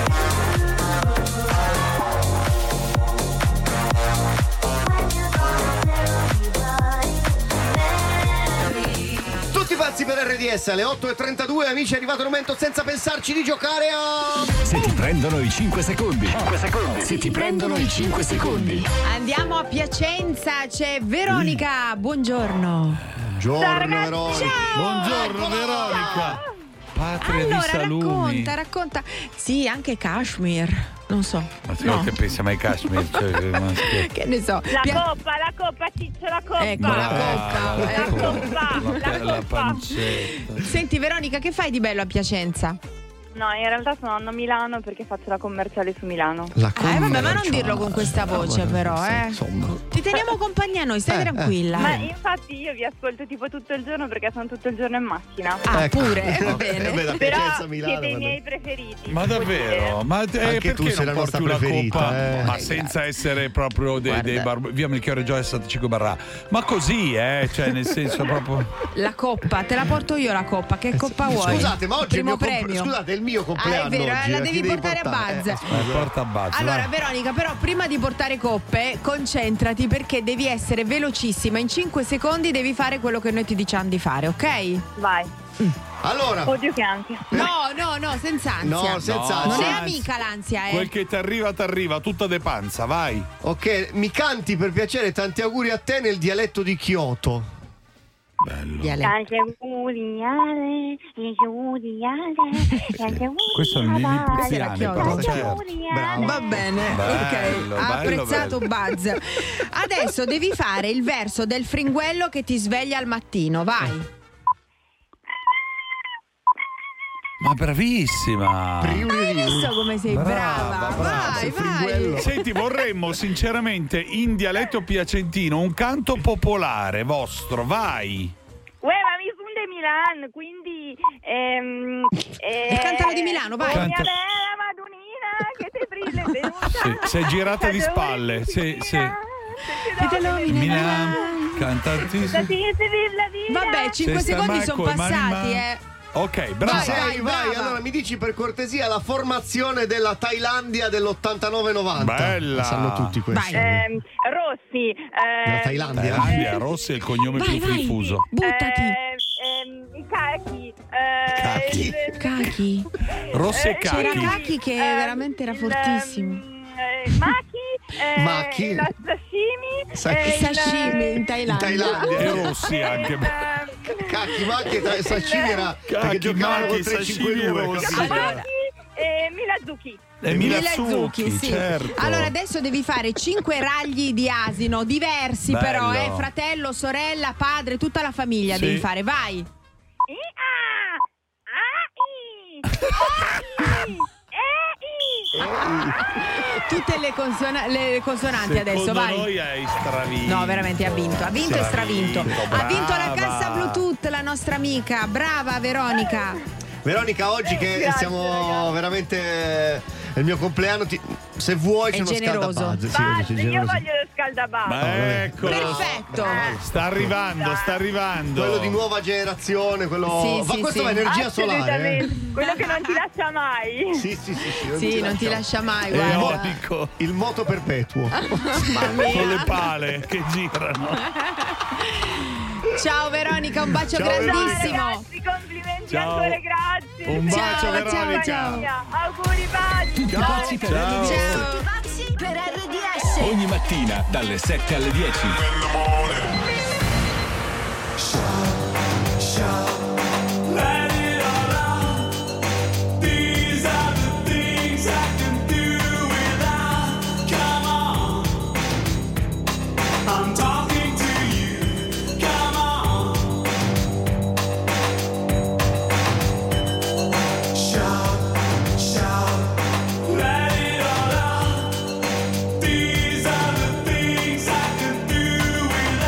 Tutti pazzi per R D S alle otto e trentadue, amici, è arrivato il momento senza pensarci di giocare a... Se ti prendono i cinque secondi. cinque secondi. Se ti prendono i cinque secondi. Andiamo a Piacenza, c'è Veronica, buongiorno. Buongiorno Veronica. Buongiorno Veronica. Patria Allora, di salumi. racconta, racconta. Sì, anche Kashmir. Non so. Ma tu No. che pensi mai Kashmir? Cioè, ma scherzo. Che ne so. La Pia- coppa, la coppa, Ciccio, la coppa. Ecco, la coppa. La ecco. coppa, la La coppa. pancetta. Senti Veronica, che fai di bello a Piacenza? No, in realtà sono a Milano perché faccio la commerciale su Milano. La Eh vabbè, ma non dirlo con questa voce però, eh. Ti teniamo compagnia noi, stai Eh, tranquilla. Ma infatti io vi ascolto tipo tutto il giorno perché sono tutto il giorno in macchina. Ah, Ecco. pure, va Vabbè, bene. da Però Piacenza a Milano, siete i vabbè. miei preferiti. Ma devo davvero? dire. Ma eh, Anche tu perché sei non la porti nostra una preferita, coppa? eh. Ma senza essere proprio dei, dei Guarda. bar... via Melchiorre Gioia settantacinque barra. Ma così, eh? Cioè, nel senso proprio. La coppa, te la porto io la coppa. Che coppa vuoi? Scusate, ma oggi è il Primo mio comp- premio. scusate, è il mio Ah, compleanno è vero, oggi, eh, la a chi devi devi portare a portare? Buzz. Eh, Eh, porta a Buzz. Allora, vai. Veronica, però prima di portare coppe, concentrati perché devi essere velocissima. In cinque secondi devi fare quello che noi ti diciamo di fare, ok? Vai. Allora, Odio che ansia. No, no, no, senza ansia. No, senza No. ansia. Non è ansia. amica l'ansia, eh. Quel che ti arriva, ti arriva, tutta de panza, vai. ok, mi canti per piacere tanti auguri a te nel dialetto di Kyoto. Bello. Dialetto. Tanti auguri, Ale, tanti auguri, Ale, tanti auguri, Questo è il Nini Ale. Puziani, Questa è la però, Chiota. certo. Bravo. Va bene, Bello, ok, ha bello, apprezzato Buzz. Adesso devi fare il verso del fringuello che ti sveglia al mattino, vai. Ma bravissima. Hai visto come sei brava? Brava, brava, Vai, sei vai. fringuello. Senti, vorremmo sinceramente in dialetto piacentino un canto popolare vostro, vai. Uè, ma mi funde Milan, quindi ehm, eh, E cantano di Milano, vai. oh, mia Canta. bella Madonnina, che te brilla è venuta. Sì, sei girata di spalle. Sì, sì. Milan, canta tantissimo. Vabbè, cinque Sei secondi sta sono Marco e Mani passati, Man. eh. Ok, brava. Vai, vai, vai, vai. brava. Allora mi dici per cortesia la formazione della Thailandia dell'ottantanove novanta. Bella. La sanno tutti questi. Ehm, Rossi, eh, La Thailandia. Thailandia, Rossi è il cognome Vai, più vai. diffuso. Buttati. ehm, i Cachi, eh, Cachi. il- Cachi. Rossi e C'era Cachi. Cachi che ehm, veramente era il, fortissimo. eh, Machi, eh, Machi. la sashimi, Sa- eh, il- Sashimi in Thailandia. In Thailandia. E Rossi anche. ehm, Cacchi, Macchi e Sashimi era perché Cacchi, giocavano con Macchi, tre cinque due. Sashimi e così. Rossi. Machi e Milazuki. E Milazzucchi, Milazzucchi, sì. certo. Allora adesso devi fare cinque ragli di asino diversi, Bello. però, eh, fratello, sorella, padre, tutta la famiglia Sì. devi fare, vai. I a a i e i Tutte le, consona- le consonanti Secondo adesso, vai. noi hai stravinto. No, veramente ha vinto, ha vinto e stravinto. Stravinto, Ha vinto la brava. cassa Bluetooth, la nostra amica. Brava Veronica. Veronica, oggi che Grazie, siamo ragazzi. veramente è il mio compleanno, ti- se vuoi c'è È uno generoso. scaldabazze. Sì, Basta, sei io generoso. voglio lo scaldabazzo. Ma ecco. Perfetto. Sta arrivando, sta arrivando. Quello di nuova generazione, quello. Sì, Ma sì, questo sì. è energia solare. Assolutamente. Quello che non ti lascia mai. Eh? Sì, sì, sì, sì. Sì, non ti lascia mai, È guarda. eolico. Il moto perpetuo. Mamma Con le mia. pale che girano. Ciao Veronica, un bacio Ciao, grandissimo. Ragazzi, complimenti Ciao. ancora, grazie. Un bacio, Ciao, Veronica. ciao, ciao. Auguri, baci. Tutti pazzi per Ciao. R D S. Ciao. Pazzi per R D S. Ogni mattina dalle sette alle dieci. These are the things I can do without.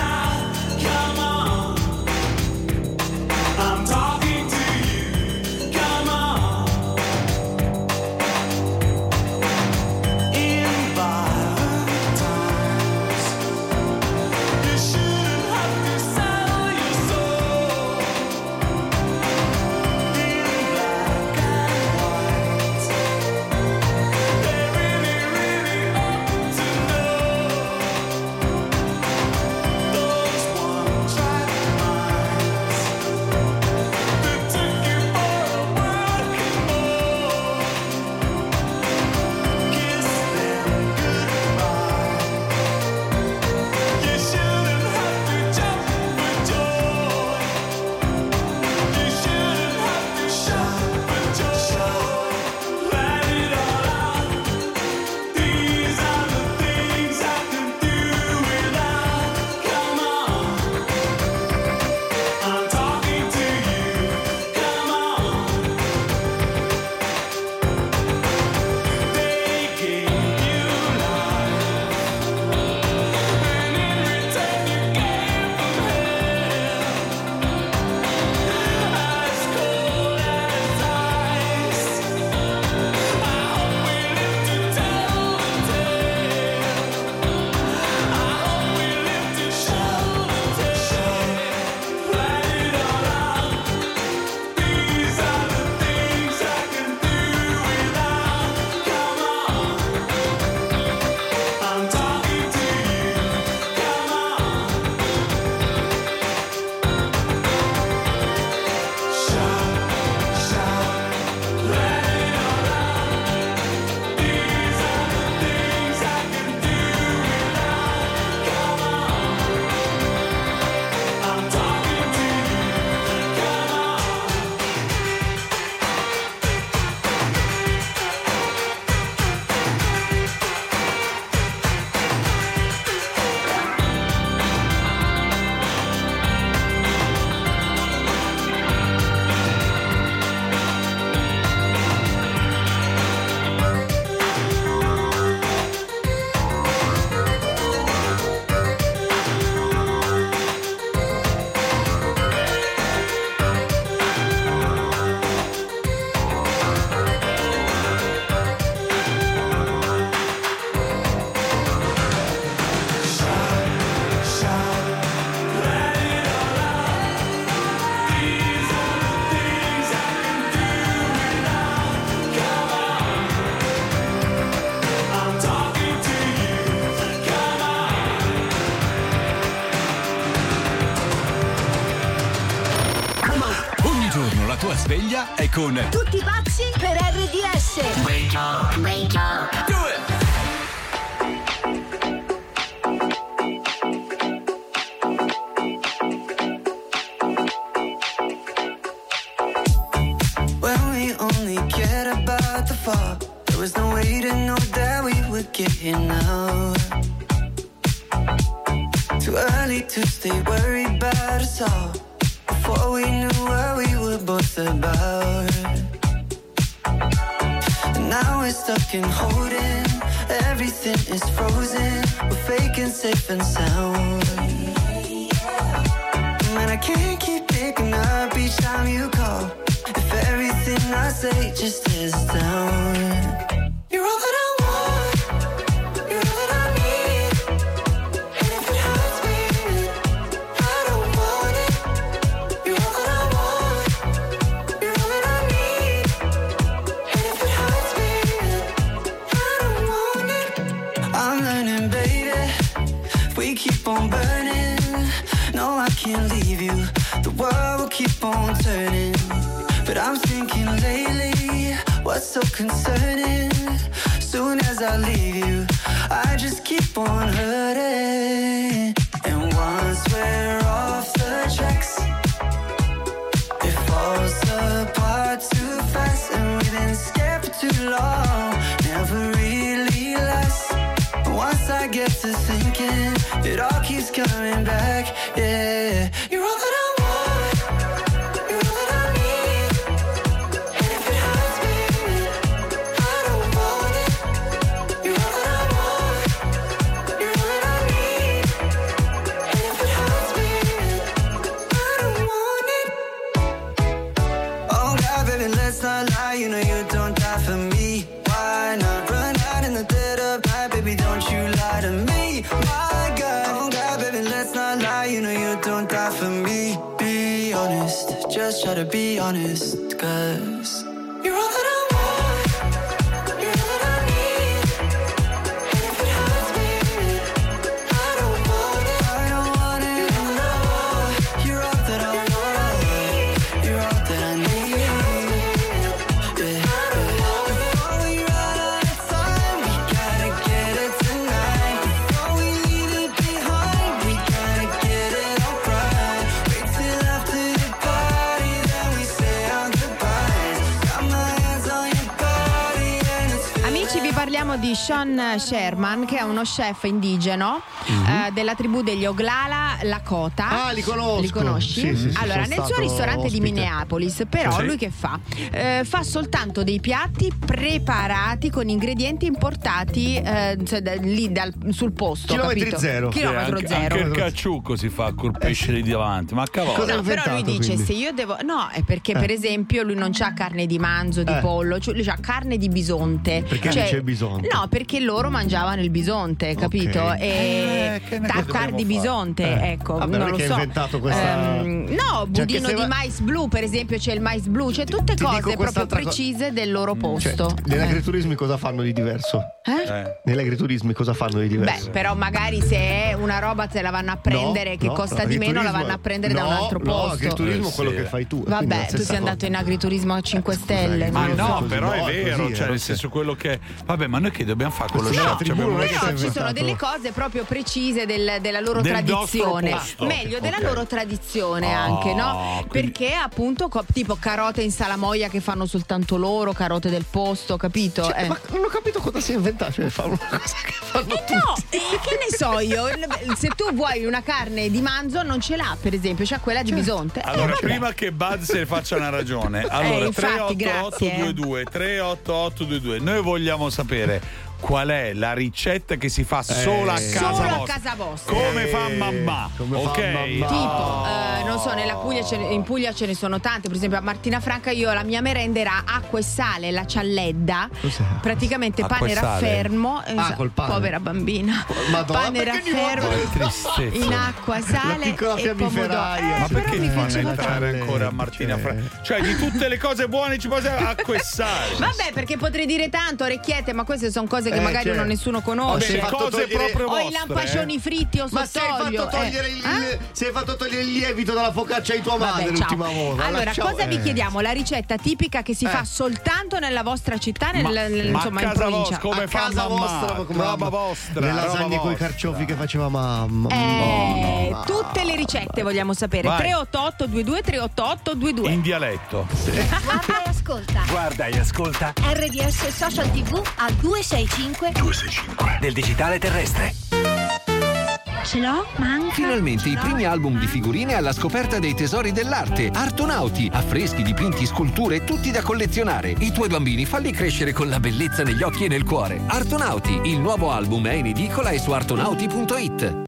con Tutti pazzi per R D S. Wake up, wake up. Do it. When we only cared about the fall, there was no way to know that we would get here now. Too early to stay worried about us all, before we knew what we were both about. And now we're stuck in holding, everything is frozen, we're faking safe and sound. Man, I can't keep picking up each time you call, if everything I say just is down. You're all that I want, you're all that I need, and if it hurts me, I don't want it. You're all that I want, you're all that I need, and if it hurts me, I don't want it. I'm learning, baby, if we keep on burning, no, I can't leave you, the world will keep on turning. But I'm thinking lately, what's so concerning? Soon as I leave you, I just keep on hurting. And once we're off the tracks, it falls apart too fast. And we've been scared for too long, never really lasts. And once I get to thinking, it all keeps coming back, yeah. You're all that I you know you don't die for me. Why not run out in the dead of night, baby? Don't you lie to me. My God, oh God, baby, let's not lie. You know you don't die for me. Be honest, just try to be honest, 'cause you're all that I want, you're all that I need, and if it hurts me, I don't want it, I don't want it. No, you're all that I want, you're all that I need. Parliamo di Sean Sherman, che è uno chef indigeno mm-hmm. eh, della tribù degli Oglala Lakota. Ah, li conosco. Li conosci? Sì, sì, sì, allora, nel suo ristorante ospite. di Minneapolis, però sì. lui che fa? Eh, fa soltanto dei piatti preparati con ingredienti importati eh, cioè, da, lì dal, sul posto. Chilometri capito? zero. Chilometro anche, zero. Anche il cacciucco si fa col pesce lì davanti. Ma cavolo. No, però lui dice: quindi? se io devo. No, è perché, eh. per esempio, lui non c'ha carne di manzo, di eh. pollo, cioè lui c'ha carne di bisonte. Perché cioè, non c'è il bisonte? No, perché loro mangiavano il bisonte, capito? Okay. E eh, tartar di bisonte, eh. ecco. Vabbè, non lo che so. ha inventato questa. Um, no, budino cioè, di va... mais blu, per esempio, c'è il mais blu, c'è tutte ti cose proprio precise co... del loro posto. Cioè, nell'agriturismi cosa fanno di diverso? Eh? Eh. Nell'agriturismi cosa fanno di diverso? Beh, però magari se è una roba se la vanno a prendere no, che no, costa di meno, la vanno a prendere no, da un altro no, posto. Agriturismo è eh, quello sì. che fai tu. Vabbè, tu sei andato in agriturismo a cinque Stelle. Ma non lo no, so. però no, è vero, così, cioè eh, nel sì. senso quello che. Vabbè, ma noi che dobbiamo fare con lo Questa chef? no, Abbiamo tribù un- non è No, che ci sono inventato. delle cose proprio precise del- della loro Del tradizione. nostro posto. Meglio della Ok. loro tradizione Oh, anche, no? quindi- Perché appunto co- tipo carote in salamoia che fanno soltanto loro, carote del posto, capito? Cioè, Eh. Ma non ho capito cosa si è inventato. Cioè, fa una cosa che fanno Eh no, eh, che ne so io, se tu vuoi una carne di manzo non ce l'ha, per esempio, c'ha quella di bisonte. Allora, Eh, vabbè. prima che Bud se ne faccia una ragione, allora Eh, infatti, tre otto otto due due tre otto otto due due, noi vogliamo sapere qual è la ricetta che si fa solo a casa Solo a vostra. casa vostra. Come fa mamma? Come fa ok. mamma. Tipo, eh, non so, nella Puglia ce ne- in Puglia ce ne sono tante. Per esempio, a Martina Franca, io la mia merenda era acqua e sale, la cialledda. Cos'è? Praticamente Acqua pane e sale? raffermo. Ah, col pane. Povera bambina. Madonna, pane perché ogni raffermo volta- Che tristezza. in acqua, sale piccola e pomodoro. fiammiferaia. Eh, Ma però perché mi ti fanno piaceva entrare tanto. ancora a Martina Cioè. Franca? Cioè, di tutte le cose buone ci può essere acqua e sale. Vabbè, perché potrei dire tanto, orecchiette, ma queste sono cose cose che Eh, magari cioè. uno nessuno conosce. Vabbè, cose togliere- proprio o i vostre, lampascioni eh. fritti o Ma se hai sott'olio. fatto togliere eh. il, Ah? se hai fatto togliere il lievito dalla focaccia di tua madre Vabbè, l'ultima ciao. volta. Allora, Lasciamo- cosa vi eh. chiediamo? La ricetta tipica che si Eh. fa soltanto nella vostra città, nel, Ma, nel- ma insomma, a in casa provincia. vostra, come A fa casa mamma? vostra, come roba mamma. vostra, Le roba lasagne con i vostra. carciofi che faceva mamma. Eh, Mamma. tutte le ricette vogliamo sapere. Vai. tre otto otto due due tre otto otto due due. In dialetto. Guarda e ascolta. Guarda e ascolta R D S Social T V a duecentosessantacinque duecentosessantacinque del digitale terrestre. Ce l'ho? Manca. Finalmente i primi album di figurine alla scoperta dei tesori dell'arte. Artonauti, affreschi, dipinti, sculture, tutti da collezionare. I tuoi bambini falli crescere con la bellezza negli occhi e nel cuore. Artonauti, il nuovo album è in edicola e su artonauti punto it.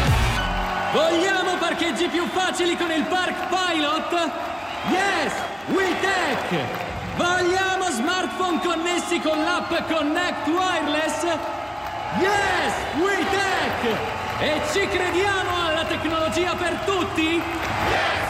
Vogliamo parcheggi più facili con il Park Pilot? Yes! WeTech! Vogliamo smartphone connessi con l'app Connect Wireless? Yes! WeTech! E ci crediamo alla tecnologia per tutti? Yes!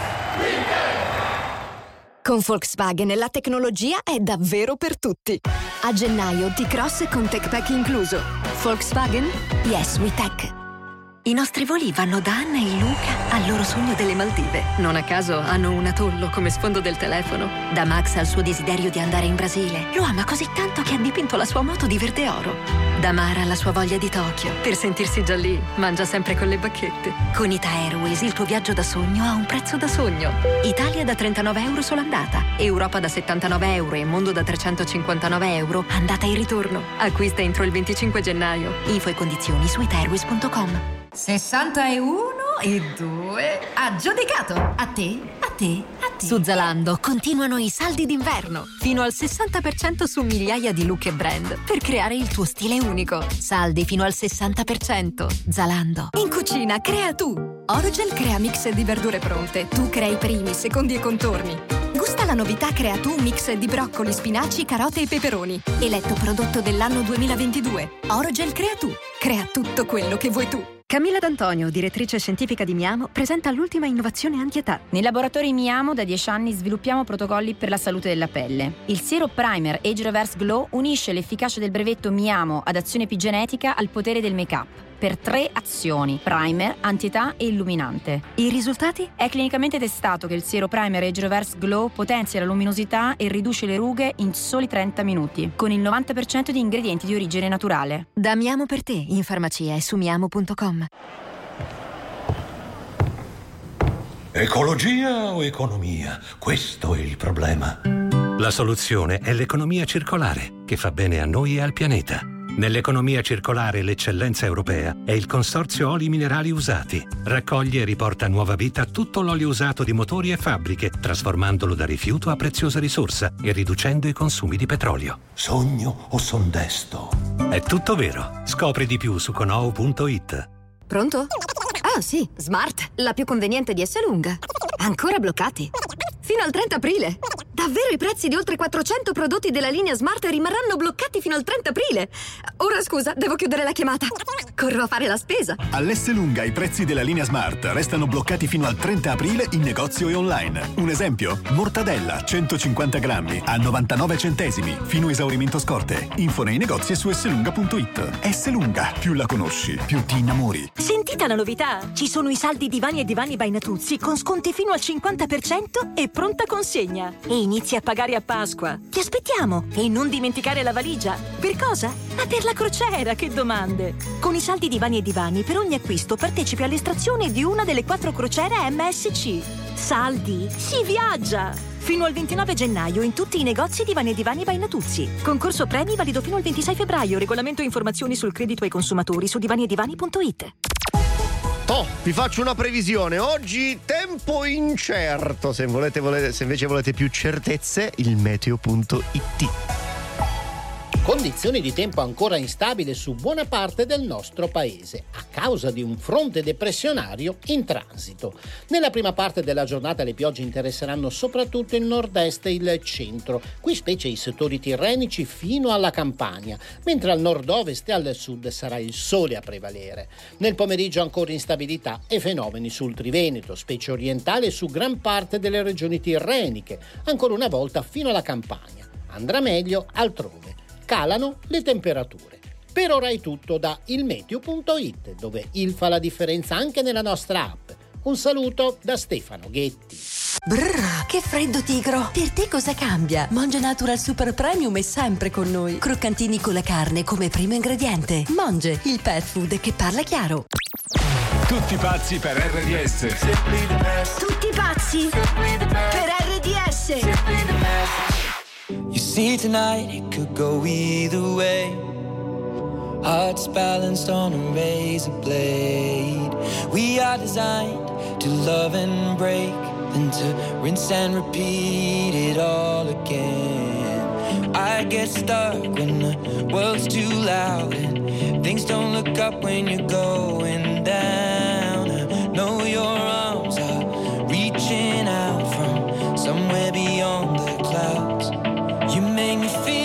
WeTech! Con Volkswagen la tecnologia è davvero per tutti. A gennaio T-Cross con TechPack incluso. Volkswagen? Yes, we tech. I nostri voli vanno da Anna e Luca al loro sogno delle Maldive. Non a caso hanno un atollo come sfondo del telefono. Da Max al suo desiderio di andare in Brasile. Lo ama così tanto che ha dipinto la sua moto di verde oro. Da Mara alla sua voglia di Tokyo. Per sentirsi già lì, mangia sempre con le bacchette. Con Ita Airways il tuo viaggio da sogno ha un prezzo da sogno. Italia da trentanove euro sola andata. Europa da settantanove euro e Mondo da trecentocinquantanove euro andata e ritorno. Acquista entro il venticinque gennaio. Info e condizioni su ita airways punto com. sessantuno e due. Aggiudicato. A te, a te, a te. Su Zalando continuano i saldi d'inverno. Fino al sessanta per cento su migliaia di look e brand per creare il tuo stile unico. Saldi fino al sessanta per cento. Zalando. In cucina crea tu. Orogel crea mix di verdure pronte. Tu crei primi, secondi e contorni. Gusta la novità Crea tu mix di broccoli, spinaci, carote e peperoni. Eletto prodotto dell'anno duemilaventidue. Orogel crea tu. Crea tutto quello che vuoi tu. Camilla D'Antonio, direttrice scientifica di Miamo, presenta l'ultima innovazione antietà. Nei laboratori Miamo da dieci anni sviluppiamo protocolli per la salute della pelle. Il Zero Primer Age Reverse Glow unisce l'efficacia del brevetto Miamo ad azione epigenetica al potere del make-up. Per tre azioni: primer, antietà e illuminante. I risultati? È clinicamente testato che il Zero Primer Age Reverse Glow potenzia la luminosità e riduce le rughe in soli trenta minuti, con il novanta per cento di ingredienti di origine naturale. Da Miamo per te, in farmacia e su miamo punto com. Ecologia o economia? Questo è il problema. La soluzione è l'economia circolare, che fa bene a noi e al pianeta. Nell'economia circolare l'eccellenza europea è il Consorzio Oli Minerali Usati. Raccoglie e riporta a nuova vita tutto l'olio usato di motori e fabbriche, trasformandolo da rifiuto a preziosa risorsa e riducendo i consumi di petrolio. Sogno o son desto? È tutto vero. Scopri di più su conao punto it. Pronto? Ah sì, Smart, la più conveniente di Esselunga. Ancora bloccati? Fino al trenta aprile. Davvero i prezzi di oltre quattrocento prodotti della linea Smart rimarranno bloccati fino al trenta aprile. Ora scusa, devo chiudere la chiamata. Corro a fare la spesa. All'Esselunga i prezzi della linea Smart restano bloccati fino al trenta aprile in negozio e online. Un esempio? Mortadella centocinquanta grammi a novantanove centesimi fino a esaurimento scorte. Info nei negozi e su esselunga punto it. Esselunga, più la conosci, più ti innamori. Sentite la novità! Ci sono i saldi divani e divani by Natuzzi con sconti fino al cinquanta per cento e pronta consegna. E inizi a pagare a Pasqua. Ti aspettiamo! E non dimenticare la valigia. Per cosa? Ma per la crociera, che domande! Con i saldi divani e divani, per ogni acquisto partecipi all'estrazione di una delle quattro crociere M S C. Saldi! Si viaggia! Fino al ventinove gennaio in tutti i negozi Divani e Divani by Natuzzi. Concorso premi valido fino al ventisei febbraio. Regolamento e informazioni sul credito ai consumatori su divani e divani punto it. Oh, vi faccio una previsione. Oggi tempo incerto. Se, volete, volete, se invece volete più certezze, il meteo punto it. Condizioni di tempo ancora instabili su buona parte del nostro paese a causa di un fronte depressionario in transito. Nella prima parte della giornata le piogge interesseranno soprattutto il nord-est e il centro, qui specie i settori tirrenici fino alla Campania, mentre al nord-ovest e al sud sarà il sole a prevalere. Nel pomeriggio ancora instabilità e fenomeni sul Triveneto, specie orientale e su gran parte delle regioni tirreniche, ancora una volta fino alla Campania. Andrà meglio altrove. Calano le temperature. Per ora è tutto da ilmeteo punto it, dove il fa la differenza anche nella nostra app. Un saluto da Stefano Ghetti. Brrr, che freddo tigro! Per te cosa cambia? Monge Natural Super Premium è sempre con noi. Croccantini con la carne come primo ingrediente. Monge, il pet food che parla chiaro. Tutti pazzi per R D S. Tutti pazzi per R D S. You see tonight it could go either way. Hearts balanced on a razor blade. We are designed to love and break, then to rinse and repeat it all again. I get stuck when the world's too loud and things don't look up when you're going down. I know your arms are reaching out from somewhere beyond the clouds. You make me feel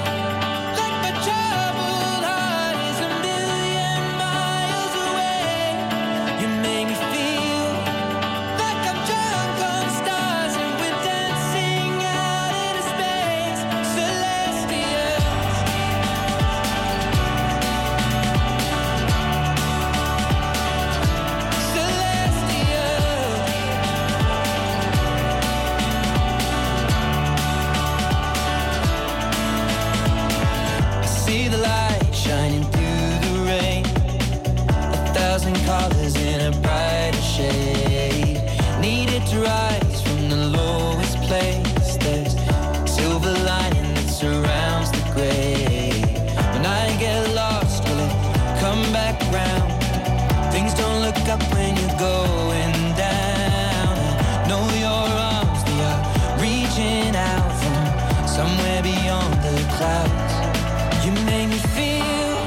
colors in a brighter shade. Needed to rise from the lowest place. There's silver lining that surrounds the gray. When I get lost, will it come back round? Things don't look up when you're going down. I know your arms, they are reaching out from somewhere beyond the clouds. You make me feel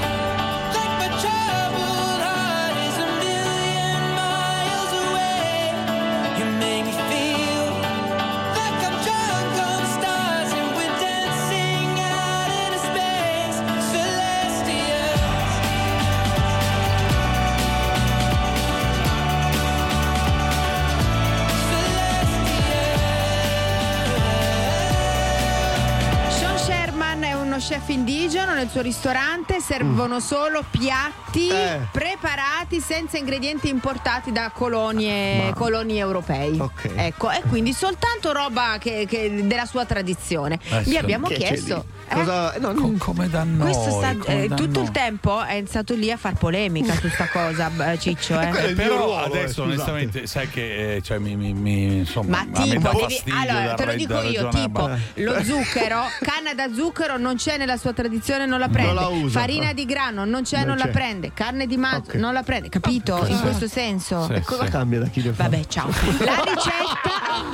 chef indigeno. Nel suo ristorante servono mm. solo piatti eh. preparati senza ingredienti importati da colonie, colonie europei. Okay. Ecco, e quindi soltanto roba che, che della sua tradizione. Eh, Gli abbiamo chiesto eh? Cosa, no, Com- come da noi, Questo sta, come eh, da tutto noi. il tempo è stato lì a far polemica su sta cosa, Ciccio. Eh. Eh, però ruolo, adesso eh, onestamente sai che eh, cioè, mi, mi, mi, insomma, Ma tipo, dà devi, fastidio allora te lo dico io, tipo lo zucchero, canna da zucchero non c'è nella sua tradizione, non la prende. Non la usa. Farina di grano non c'è, non, non c'è. la prende. Carne di maggio Okay. non la prende, capito? Okay. In questo senso. Sì, e cosa sì. cambia da chi ne fa? Vabbè, ciao. La ricetta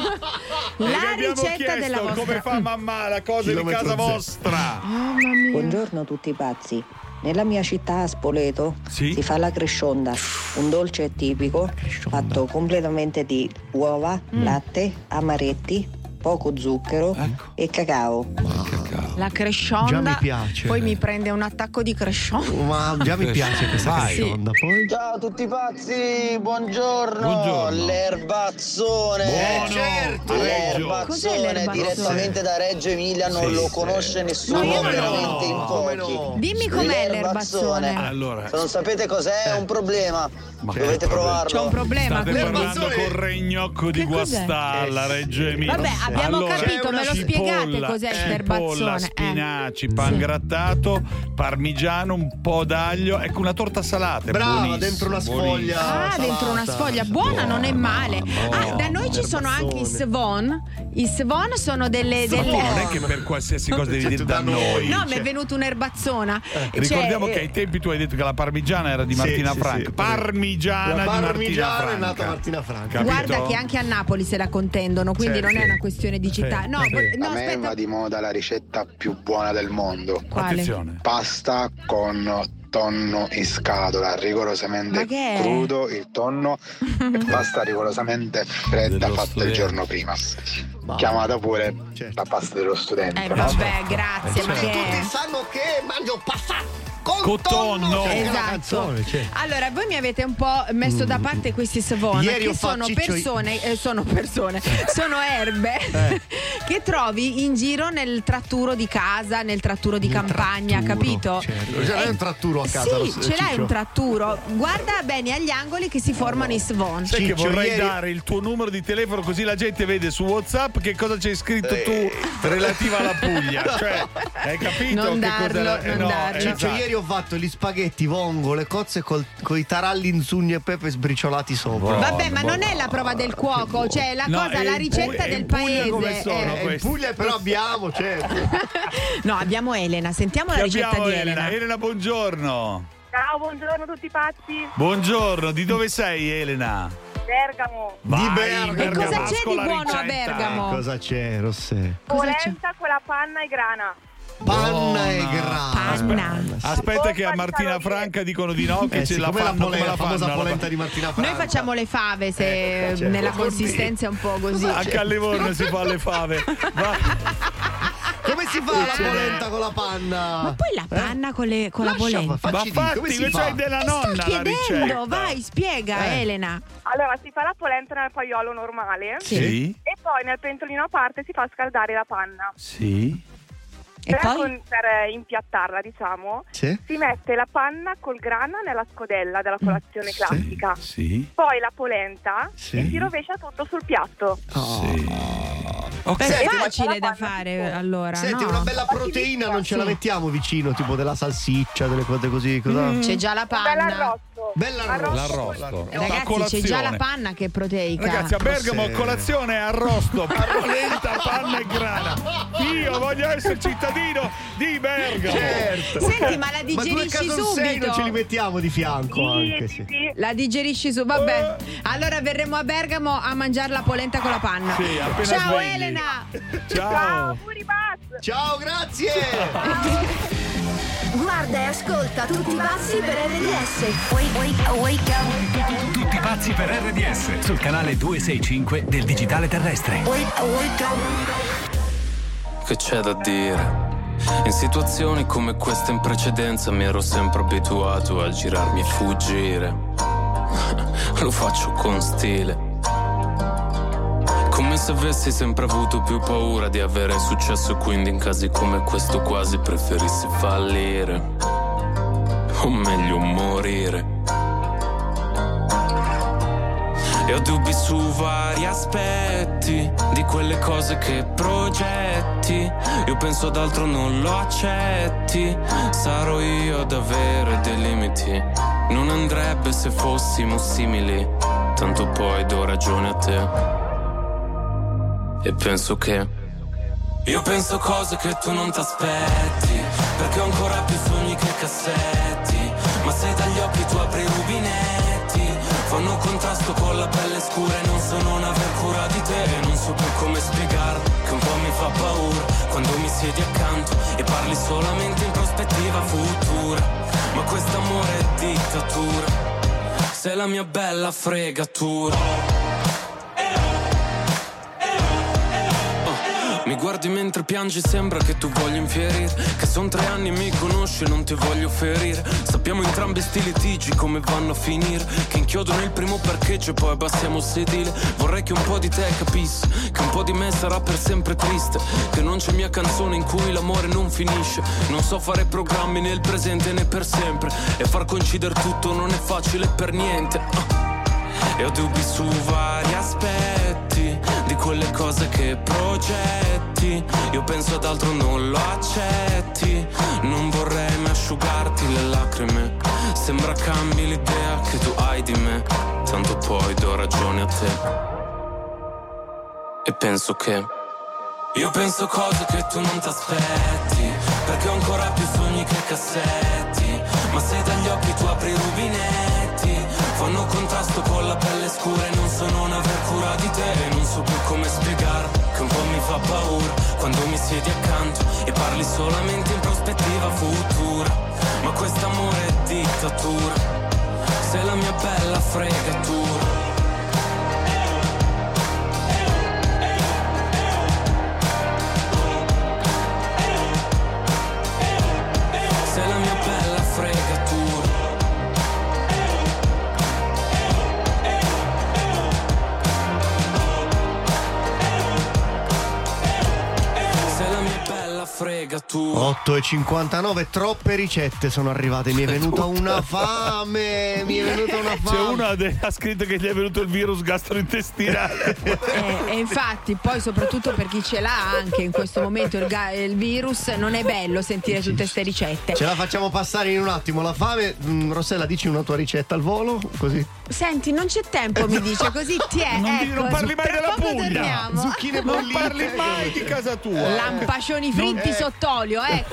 La ricetta della vostra come fa mamma la cosa di casa vostra. Buongiorno a tutti pazzi. Nella mia città, a Spoleto, sì? si fa la crescionda, un dolce tipico fatto completamente di uova, mm. latte, amaretti, poco zucchero ecco. e cacao. La crescionda. Già mi piace. Poi mi prende un attacco di crescionda. Ma già mi piace questa crescionda. Sì. Poi. Ciao a tutti pazzi, buongiorno. Buongiorno. L'erbazzone. Buono. Certo. L'erbazzone, l'erbazzone direttamente da Reggio Emilia, non sì, lo sì. conosce nessuno, No, veramente in pochi. no. Dimmi com'è l'erbazzone. Allora, Se non sapete cos'è è un problema. Ma Dovete che provarlo. C'è un problema. state quindi- parlando con Re Gnocco di Che cos'è? Guastalla, Reggio Emilia. Vabbè, abbiamo allora, capito, me lo spiegate cos'è il cipolla, erbazzone. spinaci, pan grattato, parmigiano, un po' d'aglio, ecco una torta salata. Brava, buonissima, dentro una sfoglia. Ah, salata. dentro una sfoglia buona, non è male. Ah, da noi ci sono anche i svon. I svon sono delle. Ma delle... poi non è che per qualsiasi cosa devi dire da noi. No, mi è venuta un'erbazzona. Cioè, Ricordiamo eh, che ai tempi tu hai detto che la parmigiana era di Martina sì, Franca. sì. Parmigiana La di Martina parmigiana Franca. è nata Martina Franca. Capito? Guarda che anche a Napoli se la contendono, quindi Certo. non è una questione di città. Sì. No, Sì. no, A me aspetta. va di moda la ricetta più buona del mondo. Quale? Attenzione. Pasta con tonno in scatola, Ma rigorosamente che è? crudo il tonno e pasta rigorosamente fredda Dello fatta il studente. giorno prima. Chiamata pure Certo. la pasta dello studente. Eh, no? vabbè, grazie, ma Perché che tutti è? sanno che mangio pasta con, Con tonno. tonno. C'è anche la Esatto. canzone, c'è. Allora, voi mi avete un po' messo da parte questi svon Ieri che ho fatto sono Ciccio- persone, eh, sono persone, sono erbe Eh. che trovi in giro nel tratturo di casa, nel tratturo di campagna, capito? Certo. Ce l'hai un tratturo a casa? Sì, ce l'hai un tratturo. Guarda bene agli angoli che si formano i svon. Sai che vorrei ieri... dare il tuo numero di telefono così la gente vede su WhatsApp che cosa c'hai scritto eh. tu relativa alla Puglia. Cioè, hai capito non che darlo, cosa la... eh, non no, darlo. esatto. Cioè, ieri ho fatto gli spaghetti, vongole, cozze col, con i taralli in sugno e pepe sbriciolati sopra. Vabbè, ma non è la prova del cuoco, cioè la No, cosa, e la in ricetta Puglia- del in Puglia paese. come sono Eh, In questi? Puglia però abbiamo, certo. No, abbiamo Elena, sentiamo la Che ricetta abbiamo di Elena. Elena. Elena, buongiorno. Ciao, buongiorno a tutti pazzi. Buongiorno, di dove sei Elena? Bergamo. Vai, Di Bergamo. E cosa Bergamasco, c'è di la buono a ricetta. Bergamo? Cosa c'è, Rossè? Cosa c'è? Polenta con la panna e grana. Panna e Buona. grana. Panna. Aspetta che a Bomba di Martina calorie. Franca dicono di no, che Eh ce sì, la come la, fanno pole- come la la famosa fanno. polenta di Martina Franca. Noi facciamo le fave se Ecco, certo. nella consistenza è un po' così. Anche a Livorno si fa le fave. Va. Come si fa la polenta con la panna? Ma poi la panna con, le, con la Lascia, polenta. facci Ma dire, come fatti, si che fa? c'hai della Ti nonna sto la ricetta. chiedendo, vai, spiega Eh. Elena. Allora, si fa la polenta nel paiolo normale. Sì. E poi nel pentolino a parte si fa scaldare la panna. Sì. E per, poi? con- per impiattarla, diciamo, Sì. si mette la panna col grana nella scodella della colazione classica. Sì. Poi la polenta Sì. e si rovescia tutto sul piatto. Ok. Beh, è Senti, ma- facile da la panna fare tipo- allora. Senti, no? una bella proteina non ce la mettiamo vicino, tipo della salsiccia, delle cose così. Cosa? C'è già la Bella panna. arrosto. Bella Arrosto. L'arrosto. A Ragazzi, c'è colazione. già la panna che è proteica. Ragazzi, a Bergamo Cos'è? colazione arrosto, polenta, panna e grana. Io voglio essere cittadino di Bergamo. Certo. Senti, ma la Ma due digerisci casonsei subito? non ce li mettiamo di fianco anche, sì. Sì. La digerisci su, vabbè. Allora verremo a Bergamo a mangiare la polenta con la panna. Sì, appena Ciao svegli. Elena! Ciao, Ciao. Puri Buzz. Ciao, grazie! Guarda e ascolta tutti i passi per R D S. Wake, wake, wake up. Tutti pazzi per R D S sul canale duecentosessantacinque del digitale terrestre. Wake, wake up. Che c'è da dire? In situazioni come questa in precedenza mi ero sempre abituato a girarmi e fuggire. Lo faccio con stile. Come se avessi sempre avuto più paura di avere successo e quindi in casi come questo quasi preferissi fallire. O meglio morire. E ho dubbi su vari aspetti di quelle cose che progetti. Io penso ad altro, non lo accetti. Sarò io ad avere dei limiti. Non andrebbe se fossimo simili. Tanto poi do ragione a te. E penso che io penso cose che tu non t'aspetti, perché ho ancora più sogni che cassetti. Ma se dagli occhi tu apri i rubinetti, fanno contrasto con la pelle scura e non so non aver cura di te. E non so più come spiegar che un po' mi fa paura quando mi siedi accanto e parli solamente in prospettiva futura. Ma quest'amore è dittatura, sei la mia bella fregatura. Mi guardi mentre piangi, sembra che tu voglia infierire. Che son tre anni e mi conosci e non ti voglio ferire. Sappiamo entrambi sti litigi come vanno a finire. Che inchiodo nel primo parcheggio e poi abbassiamo il sedile. Vorrei che un po' di te capisse che un po' di me sarà per sempre triste. Che non c'è mia canzone in cui l'amore non finisce. Non so fare programmi nel presente né per sempre. E far coincidere tutto non è facile per niente. uh. E ho dubbi su vari aspetti di quelle cose che progetti. Io penso ad altro, non lo accetti. Non vorrei mai asciugarti le lacrime. Sembra cambi l'idea che tu hai di me. Tanto poi do ragione a te. E penso che io penso cose che tu non t'aspetti, perché ho ancora più sogni che cassetti. Ma se dagli occhi tu apri i rubinetti, fanno contrasto con la pelle scura e non so non aver cura di te. E non so più come spiegare che un po' mi fa paura quando mi siedi accanto e parli solamente in prospettiva futura. Ma quest'amore è dittatura, sei la mia bella fregatura. Sei la mia bella fregatura. tu. otto e cinquantanove, troppe ricette sono arrivate, mi è venuta una fame, mi è venuta una fame. C'è uno che ha scritto che gli è venuto il virus gastrointestinale. E, e infatti, poi soprattutto per chi ce l'ha anche in questo momento il, ga- il virus, non è bello sentire tutte queste ricette. Ce la facciamo passare in un attimo la fame. Mm, Rossella, dici una tua ricetta al volo? Così. Senti, non c'è tempo, mi dice, così ti è. Non, ecco, non parli mai tra della poco Puglia. torniamo. Zucchine Non bollite. parli mai di casa tua. Lampascioni fritti Non- sott'olio, ecco.